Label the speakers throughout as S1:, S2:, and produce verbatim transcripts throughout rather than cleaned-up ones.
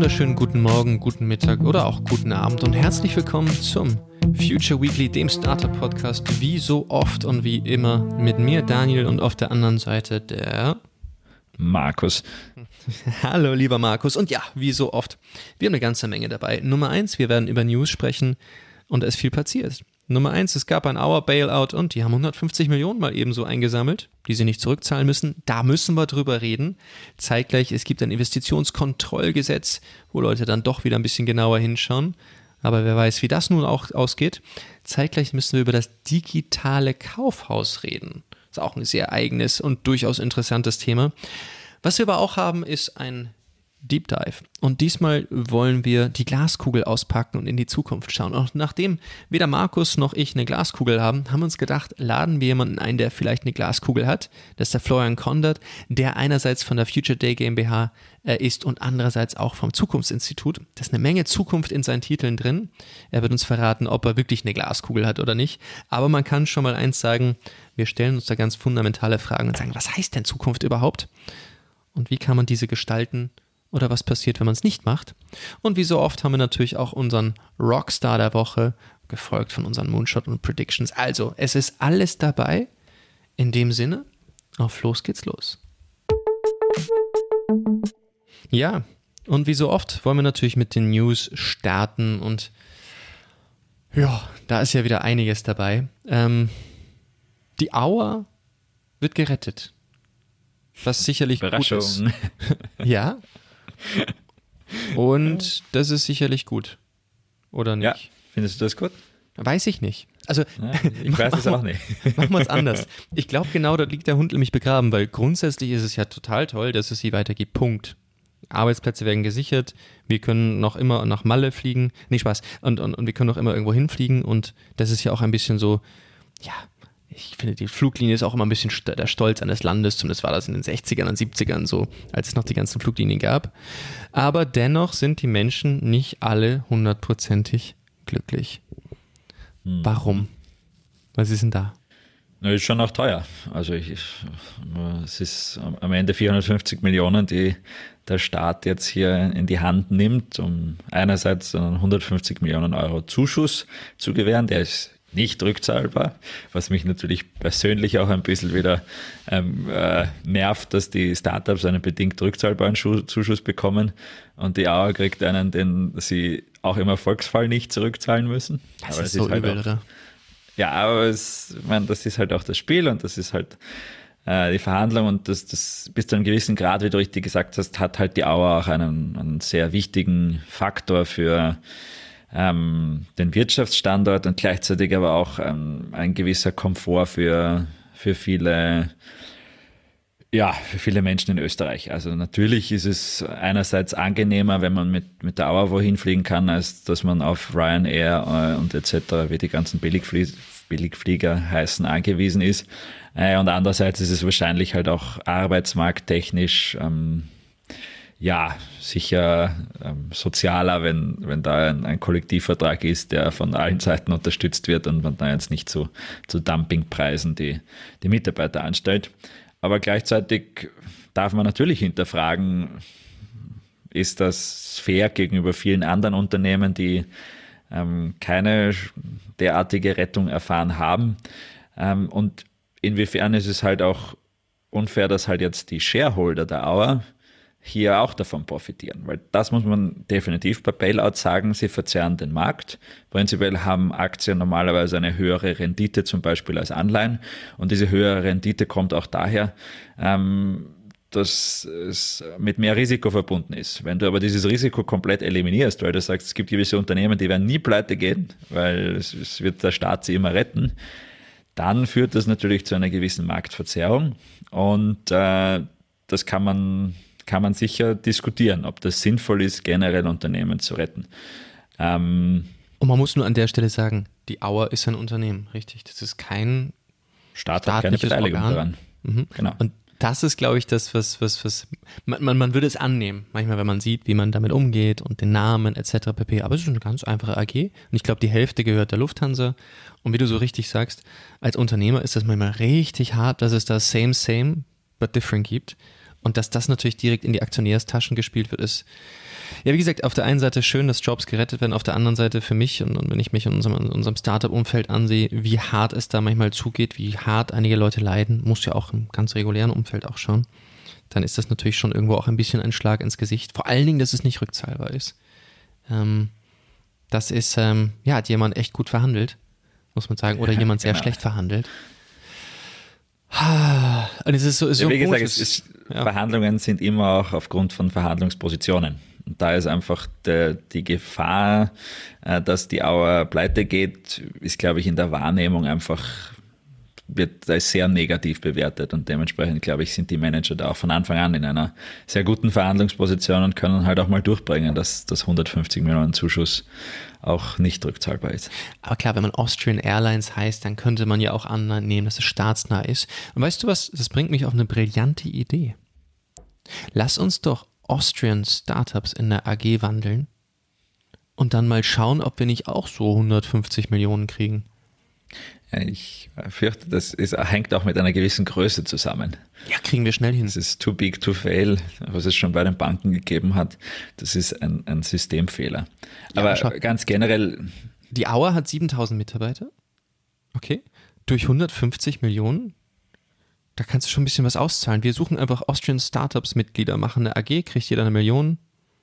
S1: wunderschönen guten Morgen, guten Mittag oder auch guten Abend und herzlich willkommen zum Future Weekly, dem Startup-Podcast, wie so oft und wie immer mit mir, Daniel, und auf der anderen Seite der
S2: Markus.
S1: Hallo, lieber Markus. Und ja, wie so oft, wir haben eine ganze Menge dabei. Nummer eins, wir werden über News sprechen und es ist viel passiert. Nummer eins, es gab ein Hour-Bailout und die haben hundertfünfzig Millionen mal ebenso eingesammelt, die sie nicht zurückzahlen müssen. Da müssen wir drüber reden. Zeitgleich, es gibt ein Investitionskontrollgesetz, wo Leute dann doch wieder ein bisschen genauer hinschauen. Aber wer weiß, wie das nun auch ausgeht. Zeitgleich müssen wir über das digitale Kaufhaus reden. Das ist auch ein sehr eigenes und durchaus interessantes Thema. Was wir aber auch haben, ist ein Deep Dive. Und diesmal wollen wir die Glaskugel auspacken und in die Zukunft schauen. Und nachdem weder Markus noch ich eine Glaskugel haben, haben wir uns gedacht, laden wir jemanden ein, der vielleicht eine Glaskugel hat. Das ist der Florian Kondert, der einerseits von der Future Day GmbH äh, ist und andererseits auch vom Zukunftsinstitut. Da ist eine Menge Zukunft in seinen Titeln drin. Er wird uns verraten, ob er wirklich eine Glaskugel hat oder nicht. Aber man kann schon mal eins sagen, wir stellen uns da ganz fundamentale Fragen und sagen, was heißt denn Zukunft überhaupt? Und wie kann man diese gestalten? Oder was passiert, wenn man es nicht macht? Und wie so oft haben wir natürlich auch unseren Rockstar der Woche, gefolgt von unseren Moonshot und Predictions. Also, es ist alles dabei. In dem Sinne, auf los geht's los. Ja, und wie so oft wollen wir natürlich mit den News starten. Und ja, da ist ja wieder einiges dabei. Ähm, die Hour wird gerettet. Was sicherlich gut ist. Ja. Und das ist sicherlich gut. Oder nicht?
S2: Ja, findest du das gut?
S1: Weiß ich nicht. Also,
S2: ja, ich weiß es auch nicht.
S1: Machen wir es anders. Ich glaube, genau dort liegt der Hund nämlich begraben, weil grundsätzlich ist es ja total toll, dass es sie weitergibt. Punkt. Arbeitsplätze werden gesichert. Wir können noch immer nach Malle fliegen. Nee, Spaß. Und, und, und wir können noch immer irgendwo hinfliegen. Und das ist ja auch ein bisschen so, ja, ich finde, die Fluglinie ist auch immer ein bisschen der Stolz eines Landes, zumindest war das in den sechzigern und siebzigern so, als es noch die ganzen Fluglinien gab. Aber dennoch sind die Menschen nicht alle hundertprozentig glücklich. Hm. Warum? Was ist denn da?
S2: Na, ist schon auch teuer. Also ich, es ist am Ende vierhundertfünfzig Millionen, die der Staat jetzt hier in die Hand nimmt, um einerseits einen hundertfünfzig Millionen Euro Zuschuss zu gewähren, der ist nicht rückzahlbar, was mich natürlich persönlich auch ein bisschen wieder ähm, äh, nervt, dass die Startups einen bedingt rückzahlbaren Schu- Zuschuss bekommen und die Auer kriegt einen, den sie auch im Erfolgsfall nicht zurückzahlen müssen.
S1: Das
S2: aber
S1: ist so
S2: ist halt
S1: übel,
S2: auch,
S1: oder?
S2: Ja, aber es, ich meine, das ist halt auch das Spiel und das ist halt äh, die Verhandlung und das, das bis zu einem gewissen Grad, wie du richtig gesagt hast, hat halt die Auer auch einen, einen sehr wichtigen Faktor für Ähm, den Wirtschaftsstandort und gleichzeitig aber auch ähm, ein gewisser Komfort für, für viele, ja, für viele Menschen in Österreich. Also natürlich ist es einerseits angenehmer, wenn man mit, mit der Auer wohin fliegen kann, als dass man auf Ryanair äh, und et cetera, wie die ganzen Billigflie- Billigflieger heißen, angewiesen ist. Äh, und andererseits ist es wahrscheinlich halt auch arbeitsmarkttechnisch ähm, ja, sicher ähm, sozialer, wenn, wenn da ein, ein Kollektivvertrag ist, der von allen Seiten unterstützt wird und man da jetzt nicht zu, zu Dumpingpreisen die, die Mitarbeiter anstellt. Aber gleichzeitig darf man natürlich hinterfragen, ist das fair gegenüber vielen anderen Unternehmen, die ähm, keine derartige Rettung erfahren haben? Ähm, und inwiefern ist es halt auch unfair, dass halt jetzt die Shareholder der Auer hier auch davon profitieren, weil das muss man definitiv bei Bailouts sagen, sie verzerren den Markt. Prinzipiell haben Aktien normalerweise eine höhere Rendite zum Beispiel als Anleihen und diese höhere Rendite kommt auch daher, ähm, dass es mit mehr Risiko verbunden ist. Wenn du aber dieses Risiko komplett eliminierst, weil du sagst, es gibt gewisse Unternehmen, die werden nie pleite gehen, weil es, es wird der Staat sie immer retten, dann führt das natürlich zu einer gewissen Marktverzerrung und äh, das kann man kann man sicher diskutieren, ob das sinnvoll ist, generell Unternehmen zu retten. Ähm,
S1: Und man muss nur an der Stelle sagen, die Auer ist ein Unternehmen, richtig? Das ist kein
S2: Staat hat keine Beteiligung
S1: Organ.
S2: daran.
S1: Mhm.
S2: Genau.
S1: Und das ist, glaube ich, das, was, was, was man, man, man würde es annehmen, manchmal, wenn man sieht, wie man damit umgeht und den Namen et cetera pp. Aber es ist eine ganz einfache A G und ich glaube, die Hälfte gehört der Lufthansa. Und wie du so richtig sagst, als Unternehmer ist das manchmal richtig hart, dass es da same, same, but different gibt. Und dass das natürlich direkt in die Aktionärstaschen gespielt wird, ist, ja, wie gesagt, auf der einen Seite schön, dass Jobs gerettet werden, auf der anderen Seite für mich und, und wenn ich mich in unserem, in unserem Startup-Umfeld ansehe, wie hart es da manchmal zugeht, wie hart einige Leute leiden, muss ja auch im ganz regulären Umfeld auch schauen, dann ist das natürlich schon irgendwo auch ein bisschen ein Schlag ins Gesicht. Vor allen Dingen, dass es nicht rückzahlbar ist. Ähm, das ist, ähm, ja, hat jemand echt gut verhandelt, muss man sagen, oder jemand sehr
S2: genau.
S1: schlecht verhandelt. Und es ist so, so
S2: ja, wie gesagt,
S1: es
S2: ist, ja. Verhandlungen sind immer auch aufgrund von Verhandlungspositionen. Und da ist einfach der, die Gefahr, dass die Auer pleite geht, ist, glaube ich, in der Wahrnehmung einfach, wird da sehr negativ bewertet. Und dementsprechend, glaube ich, sind die Manager da auch von Anfang an in einer sehr guten Verhandlungsposition und können halt auch mal durchbringen, dass das hundertfünfzig Millionen Zuschuss auch nicht rückzahlbar ist.
S1: Aber klar, wenn man Austrian Airlines heißt, dann könnte man ja auch annehmen, dass es staatsnah ist. Und weißt du was, das bringt mich auf eine brillante Idee. Lass uns doch Austrian Startups in der A G wandeln und dann mal schauen, ob wir nicht auch so hundertfünfzig Millionen kriegen.
S2: Ja, ich fürchte, das ist, hängt auch mit einer gewissen Größe zusammen.
S1: Ja, kriegen wir schnell hin.
S2: Das ist too big to fail, was es schon bei den Banken gegeben hat. Das ist ein, ein Systemfehler. Aber ja, ganz generell...
S1: Die Auer hat siebentausend Mitarbeiter. Okay. Durch hundertfünfzig Millionen. Da kannst du schon ein bisschen was auszahlen. Wir suchen einfach Austrian Startups Mitglieder, machen eine A G, kriegt jeder eine Million.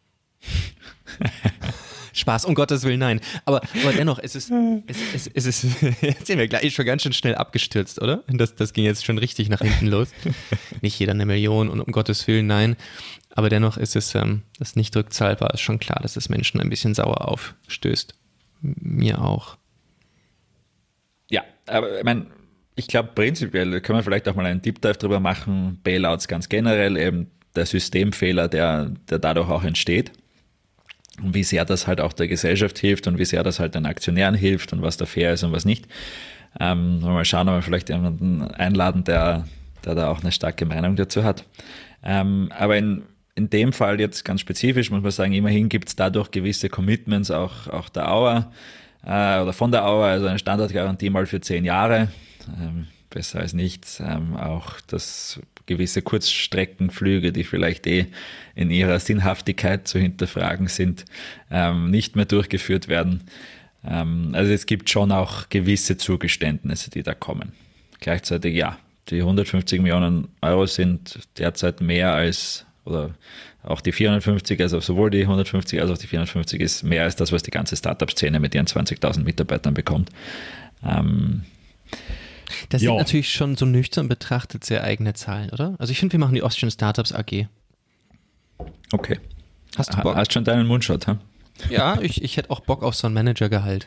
S1: Spaß, um Gottes Willen, nein. Aber, aber dennoch, es ist, es, es, es ist, jetzt sind wir gleich schon ganz schön schnell abgestürzt, oder? Das, das ging jetzt schon richtig nach hinten los. Nicht jeder eine Million und um Gottes Willen, nein. Aber dennoch ist es, ähm, das nicht rückzahlbar, ist schon klar, dass es Menschen ein bisschen sauer aufstößt. Mir auch.
S2: Ja, aber ich meine, ich glaube prinzipiell können wir vielleicht auch mal einen Deep Dive drüber machen, Bailouts ganz generell, eben der Systemfehler, der, der dadurch auch entsteht. Und wie sehr das halt auch der Gesellschaft hilft und wie sehr das halt den Aktionären hilft und was da fair ist und was nicht. Ähm, mal schauen, ob wir vielleicht jemanden einladen, der, der da auch eine starke Meinung dazu hat. Ähm, aber in, in dem Fall jetzt ganz spezifisch muss man sagen, immerhin gibt es dadurch gewisse Commitments auch, auch der Auer äh, oder von der Auer, also eine Standardgarantie mal für zehn Jahre. Ähm, besser als nichts. Ähm, auch das gewisse Kurzstreckenflüge, die vielleicht eh in ihrer Sinnhaftigkeit zu hinterfragen sind, ähm, nicht mehr durchgeführt werden. Ähm, also es gibt schon auch gewisse Zugeständnisse, die da kommen. Gleichzeitig ja, die hundertfünfzig Millionen Euro sind derzeit mehr als, oder auch die vierhundertfünfzig, also sowohl die hundertfünfzig als auch die vierhundertfünfzig ist mehr als das, was die ganze Startup-Szene mit ihren zwanzigtausend Mitarbeitern bekommt. Ähm,
S1: Das jo. sind natürlich schon so nüchtern betrachtet sehr eigene Zahlen, oder? Also ich finde, wir machen die Austrian Startups A G.
S2: Okay.
S1: Hast du Bock?
S2: Hast schon deinen Mundschutz, ha?
S1: Ja, ich, ich hätte auch Bock auf so ein Managergehalt.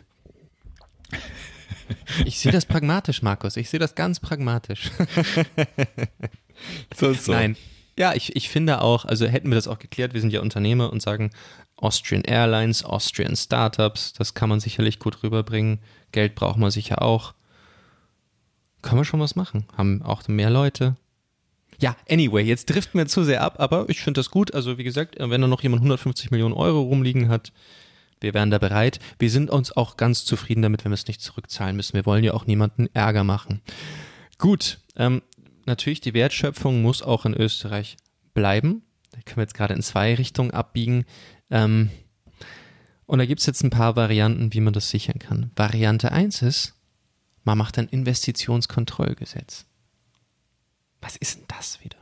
S1: Ich sehe das pragmatisch, Markus. Ich sehe das ganz pragmatisch.
S2: so, so.
S1: Nein. Ja, ich, ich finde auch, also hätten wir das auch geklärt, wir sind ja Unternehmer und sagen Austrian Airlines, Austrian Startups, das kann man sicherlich gut rüberbringen. Geld braucht man sicher auch. Können wir schon was machen. Haben auch mehr Leute. Ja, anyway, jetzt driften wir zu sehr ab, aber ich finde das gut. Also wie gesagt, wenn da noch jemand hundertfünfzig Millionen Euro rumliegen hat, wir wären da bereit. Wir sind uns auch ganz zufrieden damit, wenn wir es nicht zurückzahlen müssen. Wir wollen ja auch niemanden Ärger machen. Gut, ähm, natürlich die Wertschöpfung muss auch in Österreich bleiben. Da können wir jetzt gerade in zwei Richtungen abbiegen. Ähm, und da gibt es jetzt ein paar Varianten, wie man das sichern kann. Variante eins ist, man macht ein Investitionskontrollgesetz. Was ist denn das wieder?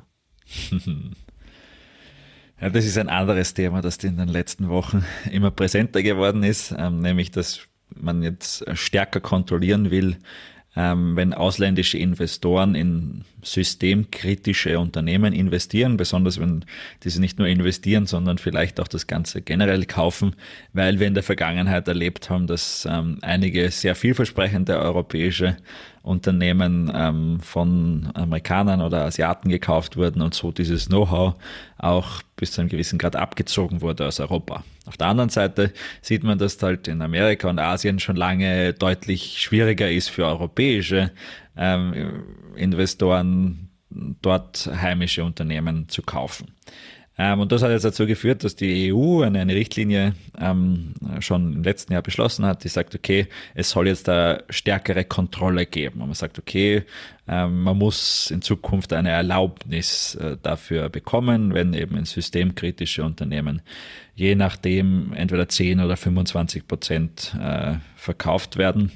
S2: Ja, das ist ein anderes Thema, das in den letzten Wochen immer präsenter geworden ist, ähm, nämlich, dass man jetzt stärker kontrollieren will, ähm, wenn ausländische Investoren in systemkritische Unternehmen investieren, besonders wenn diese nicht nur investieren, sondern vielleicht auch das Ganze generell kaufen, weil wir in der Vergangenheit erlebt haben, dass ähm, einige sehr vielversprechende europäische Unternehmen ähm, von Amerikanern oder Asiaten gekauft wurden und so dieses Know-how auch bis zu einem gewissen Grad abgezogen wurde aus Europa. Auf der anderen Seite sieht man, dass halt in Amerika und Asien schon lange deutlich schwieriger ist für europäische ähm, Investoren, dort heimische Unternehmen zu kaufen. Ähm, und das hat jetzt dazu geführt, dass die E U eine, eine Richtlinie ähm, schon im letzten Jahr beschlossen hat, die sagt, okay, es soll jetzt da stärkere Kontrolle geben. Und man sagt, okay, ähm, man muss in Zukunft eine Erlaubnis äh, dafür bekommen, wenn eben in systemkritische Unternehmen je nachdem entweder zehn oder fünfundzwanzig Prozent äh, verkauft werden.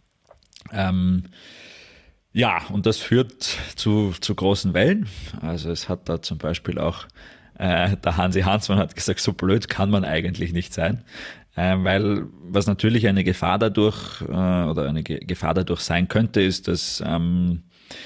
S2: Ähm, ja, und das führt zu, zu großen Wellen. Also es hat da zum Beispiel auch, äh, der Hansi Hansmann hat gesagt, so blöd kann man eigentlich nicht sein. Äh, weil was natürlich eine Gefahr dadurch äh, oder eine Ge- Gefahr dadurch sein könnte, ist, dass ähm,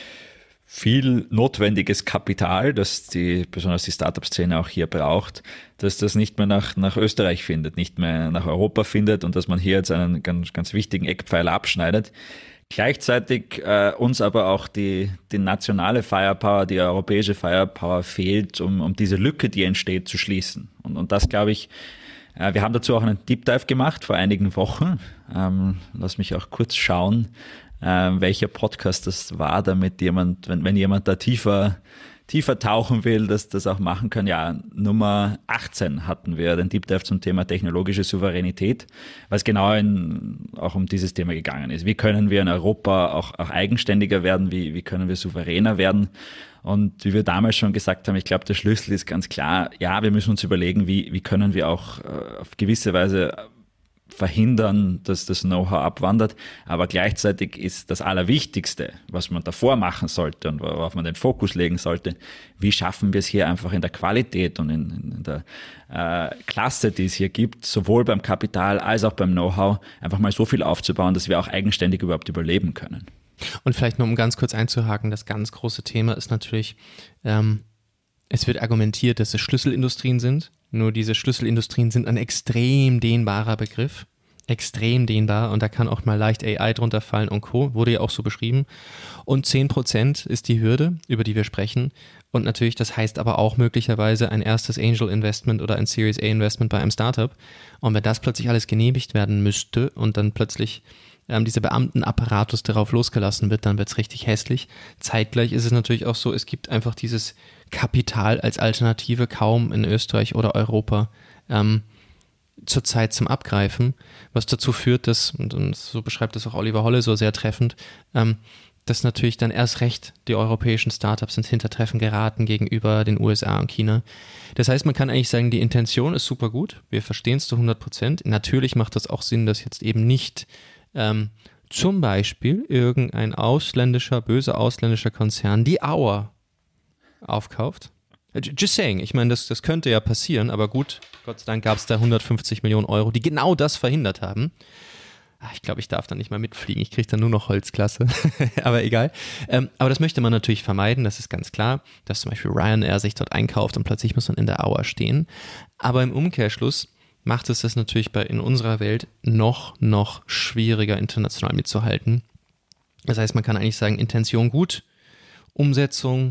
S2: viel notwendiges Kapital, das die, besonders die Startup-Szene auch hier braucht, dass das nicht mehr nach, nach Österreich findet, nicht mehr nach Europa findet und dass man hier jetzt einen ganz, ganz wichtigen Eckpfeiler abschneidet. Gleichzeitig äh, uns aber auch die, die nationale Firepower, die europäische Firepower fehlt, um, um diese Lücke, die entsteht, zu schließen. Und, und das glaube ich, äh, wir haben dazu auch einen Deep Dive gemacht vor einigen Wochen. Ähm, lass mich auch kurz schauen, äh, welcher Podcast das war, damit jemand, wenn, wenn jemand da tiefer tiefer tauchen will, dass das auch machen kann. Ja, Nummer achtzehn hatten wir den Deep Dive zum Thema technologische Souveränität, was genau in, auch um dieses Thema gegangen ist. Wie können wir in Europa auch, auch eigenständiger werden? Wie, wie können wir souveräner werden? Und wie wir damals schon gesagt haben, ich glaube, der Schlüssel ist ganz klar, ja, wir müssen uns überlegen, wie, wie können wir auch äh, auf gewisse Weise verhindern, dass das Know-how abwandert. Aber gleichzeitig ist das Allerwichtigste, was man davor machen sollte und worauf man den Fokus legen sollte, wie schaffen wir es hier einfach in der Qualität und in, in der äh, Klasse, die es hier gibt, sowohl beim Kapital als auch beim Know-how, einfach mal so viel aufzubauen, dass wir auch eigenständig überhaupt überleben können.
S1: Und vielleicht nur um ganz kurz einzuhaken, das ganz große Thema ist natürlich, ähm, es wird argumentiert, dass es Schlüsselindustrien sind. Nur diese Schlüsselindustrien sind ein extrem dehnbarer Begriff. Extrem dehnbar und da kann auch mal leicht A I drunter fallen und Co. Wurde ja auch so beschrieben. Und zehn Prozent ist die Hürde, über die wir sprechen. Und natürlich, das heißt aber auch möglicherweise ein erstes Angel Investment oder ein Series A Investment bei einem Startup. Und wenn das plötzlich alles genehmigt werden müsste und dann plötzlich ähm, dieser Beamtenapparatus darauf losgelassen wird, dann wird es richtig hässlich. Zeitgleich ist es natürlich auch so, es gibt einfach dieses Kapital als Alternative kaum in Österreich oder Europa ähm, zurzeit zum Abgreifen, was dazu führt, dass, und, und so beschreibt das auch Oliver Holle so sehr treffend, ähm, dass natürlich dann erst recht die europäischen Startups ins Hintertreffen geraten gegenüber den U S A und China. Das heißt, man kann eigentlich sagen, die Intention ist super gut, wir verstehen es zu hundert Prozent. Natürlich macht das auch Sinn, dass jetzt eben nicht ähm, zum Beispiel irgendein ausländischer, böser ausländischer Konzern die Auer aufkauft. Just saying, ich meine, das, das könnte ja passieren, aber gut, Gott sei Dank gab es da hundertfünfzig Millionen Euro, die genau das verhindert haben. Ach, ich glaube, ich darf da nicht mal mitfliegen, ich kriege dann nur noch Holzklasse, aber egal. Ähm, aber das möchte man natürlich vermeiden, das ist ganz klar, dass zum Beispiel Ryanair sich dort einkauft und plötzlich muss man in der Auer stehen. Aber im Umkehrschluss macht es das natürlich bei, in unserer Welt noch, noch schwieriger, international mitzuhalten. Das heißt, man kann eigentlich sagen, Intention gut, Umsetzung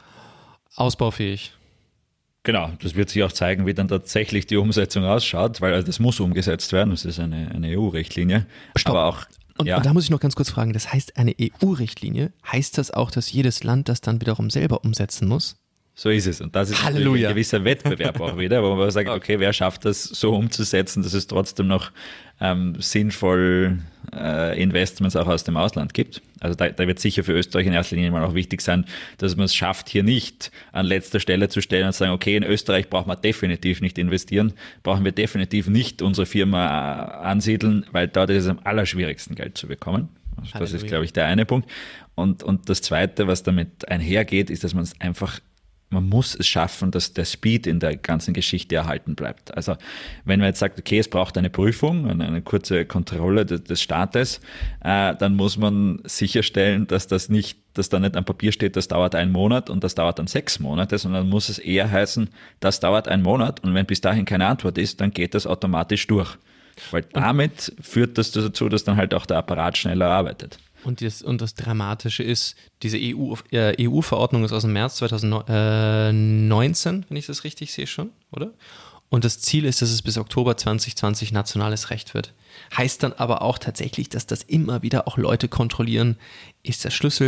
S1: ausbaufähig.
S2: Genau, das wird sich auch zeigen, wie dann tatsächlich die Umsetzung ausschaut, weil also das muss umgesetzt werden, das ist eine, eine E U-Richtlinie.
S1: Stopp.
S2: Aber auch,
S1: und,
S2: ja.
S1: und da muss ich noch ganz kurz fragen, das heißt eine E U-Richtlinie, heißt das auch, dass jedes Land das dann wiederum selber umsetzen muss?
S2: So ist es. Und das ist
S1: Halleluja.
S2: ein gewisser Wettbewerb auch wieder, wo man sagt, okay, wer schafft das so umzusetzen, dass es trotzdem noch ähm, sinnvoll äh, Investments auch aus dem Ausland gibt. Also da, da wird sicher für Österreich in erster Linie mal auch wichtig sein, dass man es schafft, hier nicht an letzter Stelle zu stellen und zu sagen, okay, in Österreich brauchen wir definitiv nicht investieren, brauchen wir definitiv nicht unsere Firma ansiedeln, weil dort ist es am allerschwierigsten, Geld zu bekommen. Also das ist, glaube ich, der eine Punkt. Und, und das Zweite, was damit einhergeht, ist, dass man es einfach man muss es schaffen, dass der Speed in der ganzen Geschichte erhalten bleibt. Also wenn man jetzt sagt, okay, es braucht eine Prüfung, eine, eine kurze Kontrolle des, des Staates, äh, dann muss man sicherstellen, dass das nicht, dass da nicht am Papier steht, das dauert einen Monat und das dauert dann sechs Monate, sondern muss es eher heißen, das dauert einen Monat und wenn bis dahin keine Antwort ist, dann geht das automatisch durch. Weil damit führt das dazu, dass dann halt auch der Apparat schneller arbeitet.
S1: Und das, und das Dramatische ist, diese E U, äh, E U-Verordnung ist aus dem März zweitausendneunzehn, wenn ich das richtig sehe schon, oder? Und das Ziel ist, dass es bis Oktober zwanzig zwanzig nationales Recht wird. Heißt dann aber auch tatsächlich, dass das immer wieder auch Leute kontrollieren, ist der Schlüssel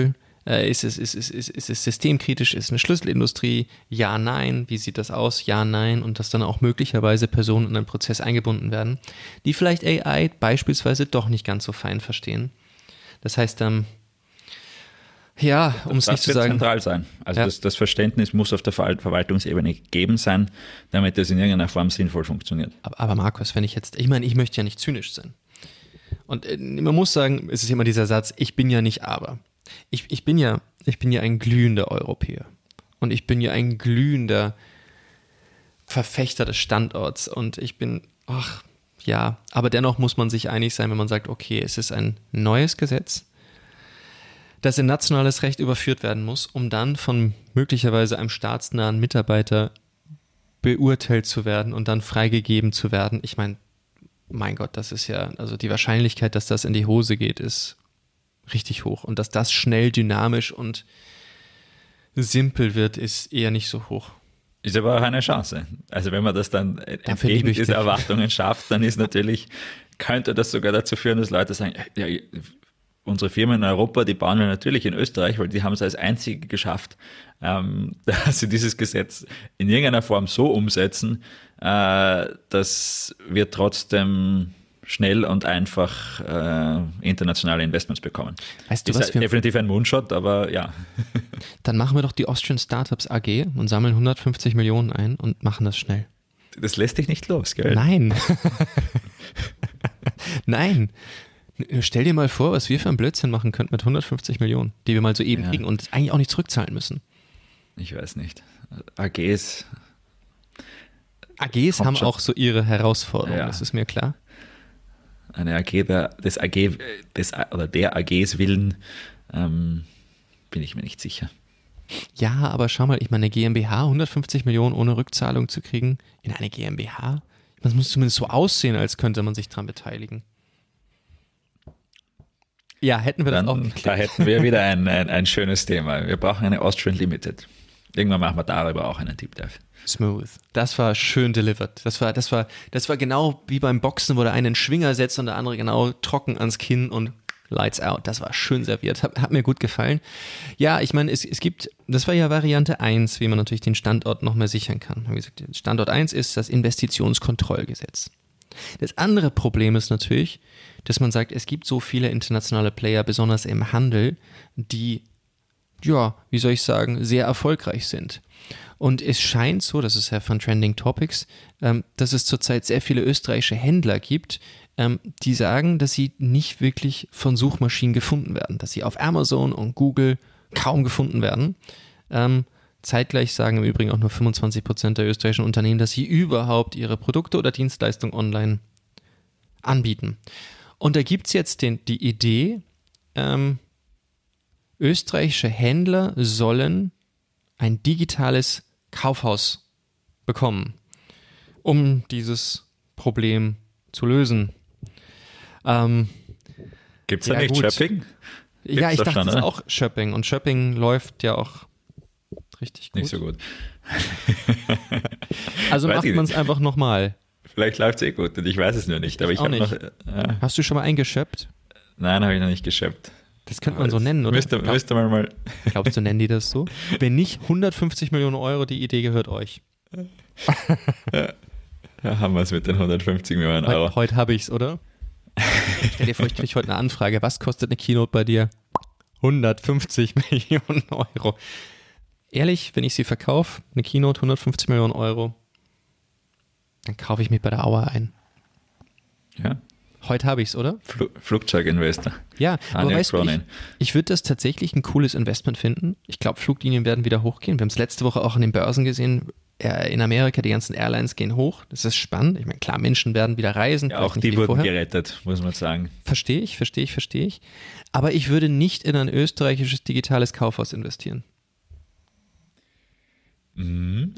S1: Äh, ist, es, ist, ist, ist, ist es systemkritisch? Ist es eine Schlüsselindustrie? Ja, nein. Wie sieht das aus? Ja, nein. Und dass dann auch möglicherweise Personen in einen Prozess eingebunden werden, die vielleicht A I beispielsweise doch nicht ganz so fein verstehen. Das heißt, ähm, ja, um es nicht zu sagen.
S2: Das wird zentral sein. Also ja. das, das Verständnis muss auf der Ver- Verwaltungsebene gegeben sein, damit das in irgendeiner Form sinnvoll funktioniert.
S1: Aber, aber Markus, wenn ich jetzt, ich meine, ich möchte ja nicht zynisch sein. Und äh, man muss sagen, es ist immer dieser Satz, ich bin ja nicht aber. Ich, ich bin ja, ich bin ja ein glühender Europäer. Und ich bin ja ein glühender Verfechter des Standorts. Und ich bin, ach, ja, aber dennoch muss man sich einig sein, wenn man sagt, okay, es ist ein neues Gesetz, das in nationales Recht überführt werden muss, um dann von möglicherweise einem staatsnahen Mitarbeiter beurteilt zu werden und dann freigegeben zu werden. Ich meine, mein Gott, das ist ja, also die Wahrscheinlichkeit, dass das in die Hose geht, ist richtig hoch. Und dass das schnell, dynamisch und simpel wird, ist eher nicht so hoch.
S2: Ist aber auch eine Chance. Also wenn man das dann entgegen dieser Erwartungen schafft, dann ist natürlich, könnte das sogar dazu führen, dass Leute sagen, ja, unsere Firmen in Europa, die bauen wir natürlich in Österreich, weil die haben es als einzige geschafft, ähm, dass sie dieses Gesetz in irgendeiner Form so umsetzen, äh, dass wir trotzdem schnell und einfach äh, internationale Investments bekommen.
S1: Weißt du,
S2: ist
S1: was wir
S2: definitiv ein Moonshot, aber ja.
S1: Dann machen wir doch die Austrian Startups A G und sammeln hundertfünfzig Millionen ein und machen das schnell.
S2: Das lässt dich nicht los, gell?
S1: Nein. Nein. Stell dir mal vor, was wir für einen Blödsinn machen könnten mit hundertfünfzig Millionen, die wir mal so eben ja. kriegen und eigentlich auch nicht zurückzahlen müssen.
S2: Ich weiß nicht. A Gs.
S1: A Gs haben schon auch so ihre Herausforderungen, ja. Das ist mir klar.
S2: Eine A G der, des A G des, oder der A Gs willen ähm, bin ich mir nicht sicher.
S1: Ja, aber schau mal, ich meine, eine GmbH, hundertfünfzig Millionen ohne Rückzahlung zu kriegen in eine GmbH, das muss zumindest so aussehen, als könnte man sich daran beteiligen. Ja, hätten wir
S2: Dann,
S1: das auch geklärt.
S2: Da hätten wir wieder ein, ein, ein schönes Thema. Wir brauchen eine Austrian Limited. Irgendwann machen wir darüber auch einen Deep Dive.
S1: Smooth. Das war schön delivered. Das war, das war, das war genau wie beim Boxen, wo der eine einen Schwinger setzt und der andere genau trocken ans Kinn und lights out. Das war schön serviert. Hat, hat mir gut gefallen. Ja, ich meine, es, es gibt, das war ja Variante eins, wie man natürlich den Standort noch mehr sichern kann. Wie gesagt, Standort eins ist das Investitionskontrollgesetz. Das andere Problem ist natürlich, dass man sagt, es gibt so viele internationale Player, besonders im Handel, die, ja, wie soll ich sagen, sehr erfolgreich sind. Und es scheint so, das ist ja von Trending Topics, ähm, dass es zurzeit sehr viele österreichische Händler gibt, ähm, die sagen, dass sie nicht wirklich von Suchmaschinen gefunden werden, dass sie auf Amazon und Google kaum gefunden werden. Ähm, Zeitgleich sagen im Übrigen auch nur fünfundzwanzig Prozent der österreichischen Unternehmen, dass sie überhaupt ihre Produkte oder Dienstleistungen online anbieten. Und da gibt es jetzt den, die Idee, ähm, österreichische Händler sollen ein digitales Kaufhaus bekommen, um dieses Problem zu lösen. Ähm,
S2: Gibt es da
S1: ja,
S2: nicht
S1: gut.
S2: Shopping? Gibt's
S1: ja, ich dachte
S2: schon,
S1: es ist auch Shopping und Shopping läuft ja auch richtig gut.
S2: Nicht so gut.
S1: Also
S2: weiß
S1: macht man es einfach nochmal.
S2: Vielleicht läuft es eh gut und ich weiß es nur nicht. Aber
S1: ich
S2: ich
S1: auch nicht.
S2: Noch, ja.
S1: Hast du schon mal eingeschöpft?
S2: Nein, habe ich noch nicht geschöpft.
S1: Das könnte man so nennen, oder?
S2: Müsste,
S1: Glaub,
S2: müsste man mal.
S1: Glaubst du, nennen die das so? Wenn nicht, hundertfünfzig Millionen Euro, die Idee gehört euch.
S2: Ja, da haben wir es mit den hundertfünfzig Millionen Euro.
S1: Heute, heute habe ich es, oder? Stell dir vor, ich kriege heute eine Anfrage. Was kostet eine Keynote bei dir? hundertfünfzig Millionen Euro. Ehrlich, wenn ich sie verkaufe, eine Keynote hundertfünfzig Millionen Euro, dann kaufe ich mich bei der Auer ein.
S2: Ja.
S1: Heute habe ich es, oder?
S2: Fl- Flugzeuginvestor.
S1: Ja, aber
S2: Daniel
S1: weißt du, ich,
S2: Cronin.
S1: ich würde das tatsächlich ein cooles Investment finden. Ich glaube, Fluglinien werden wieder hochgehen. Wir haben es letzte Woche auch an den Börsen gesehen. Äh, in Amerika, die ganzen Airlines gehen hoch. Das ist spannend. Ich meine, klar, Menschen werden wieder reisen.
S2: Ja, auch
S1: nicht
S2: die
S1: wie
S2: wurden
S1: vorher.
S2: gerettet, muss man sagen.
S1: Verstehe ich, verstehe ich, verstehe ich. Aber ich würde nicht in ein österreichisches digitales Kaufhaus investieren.
S2: Mhm.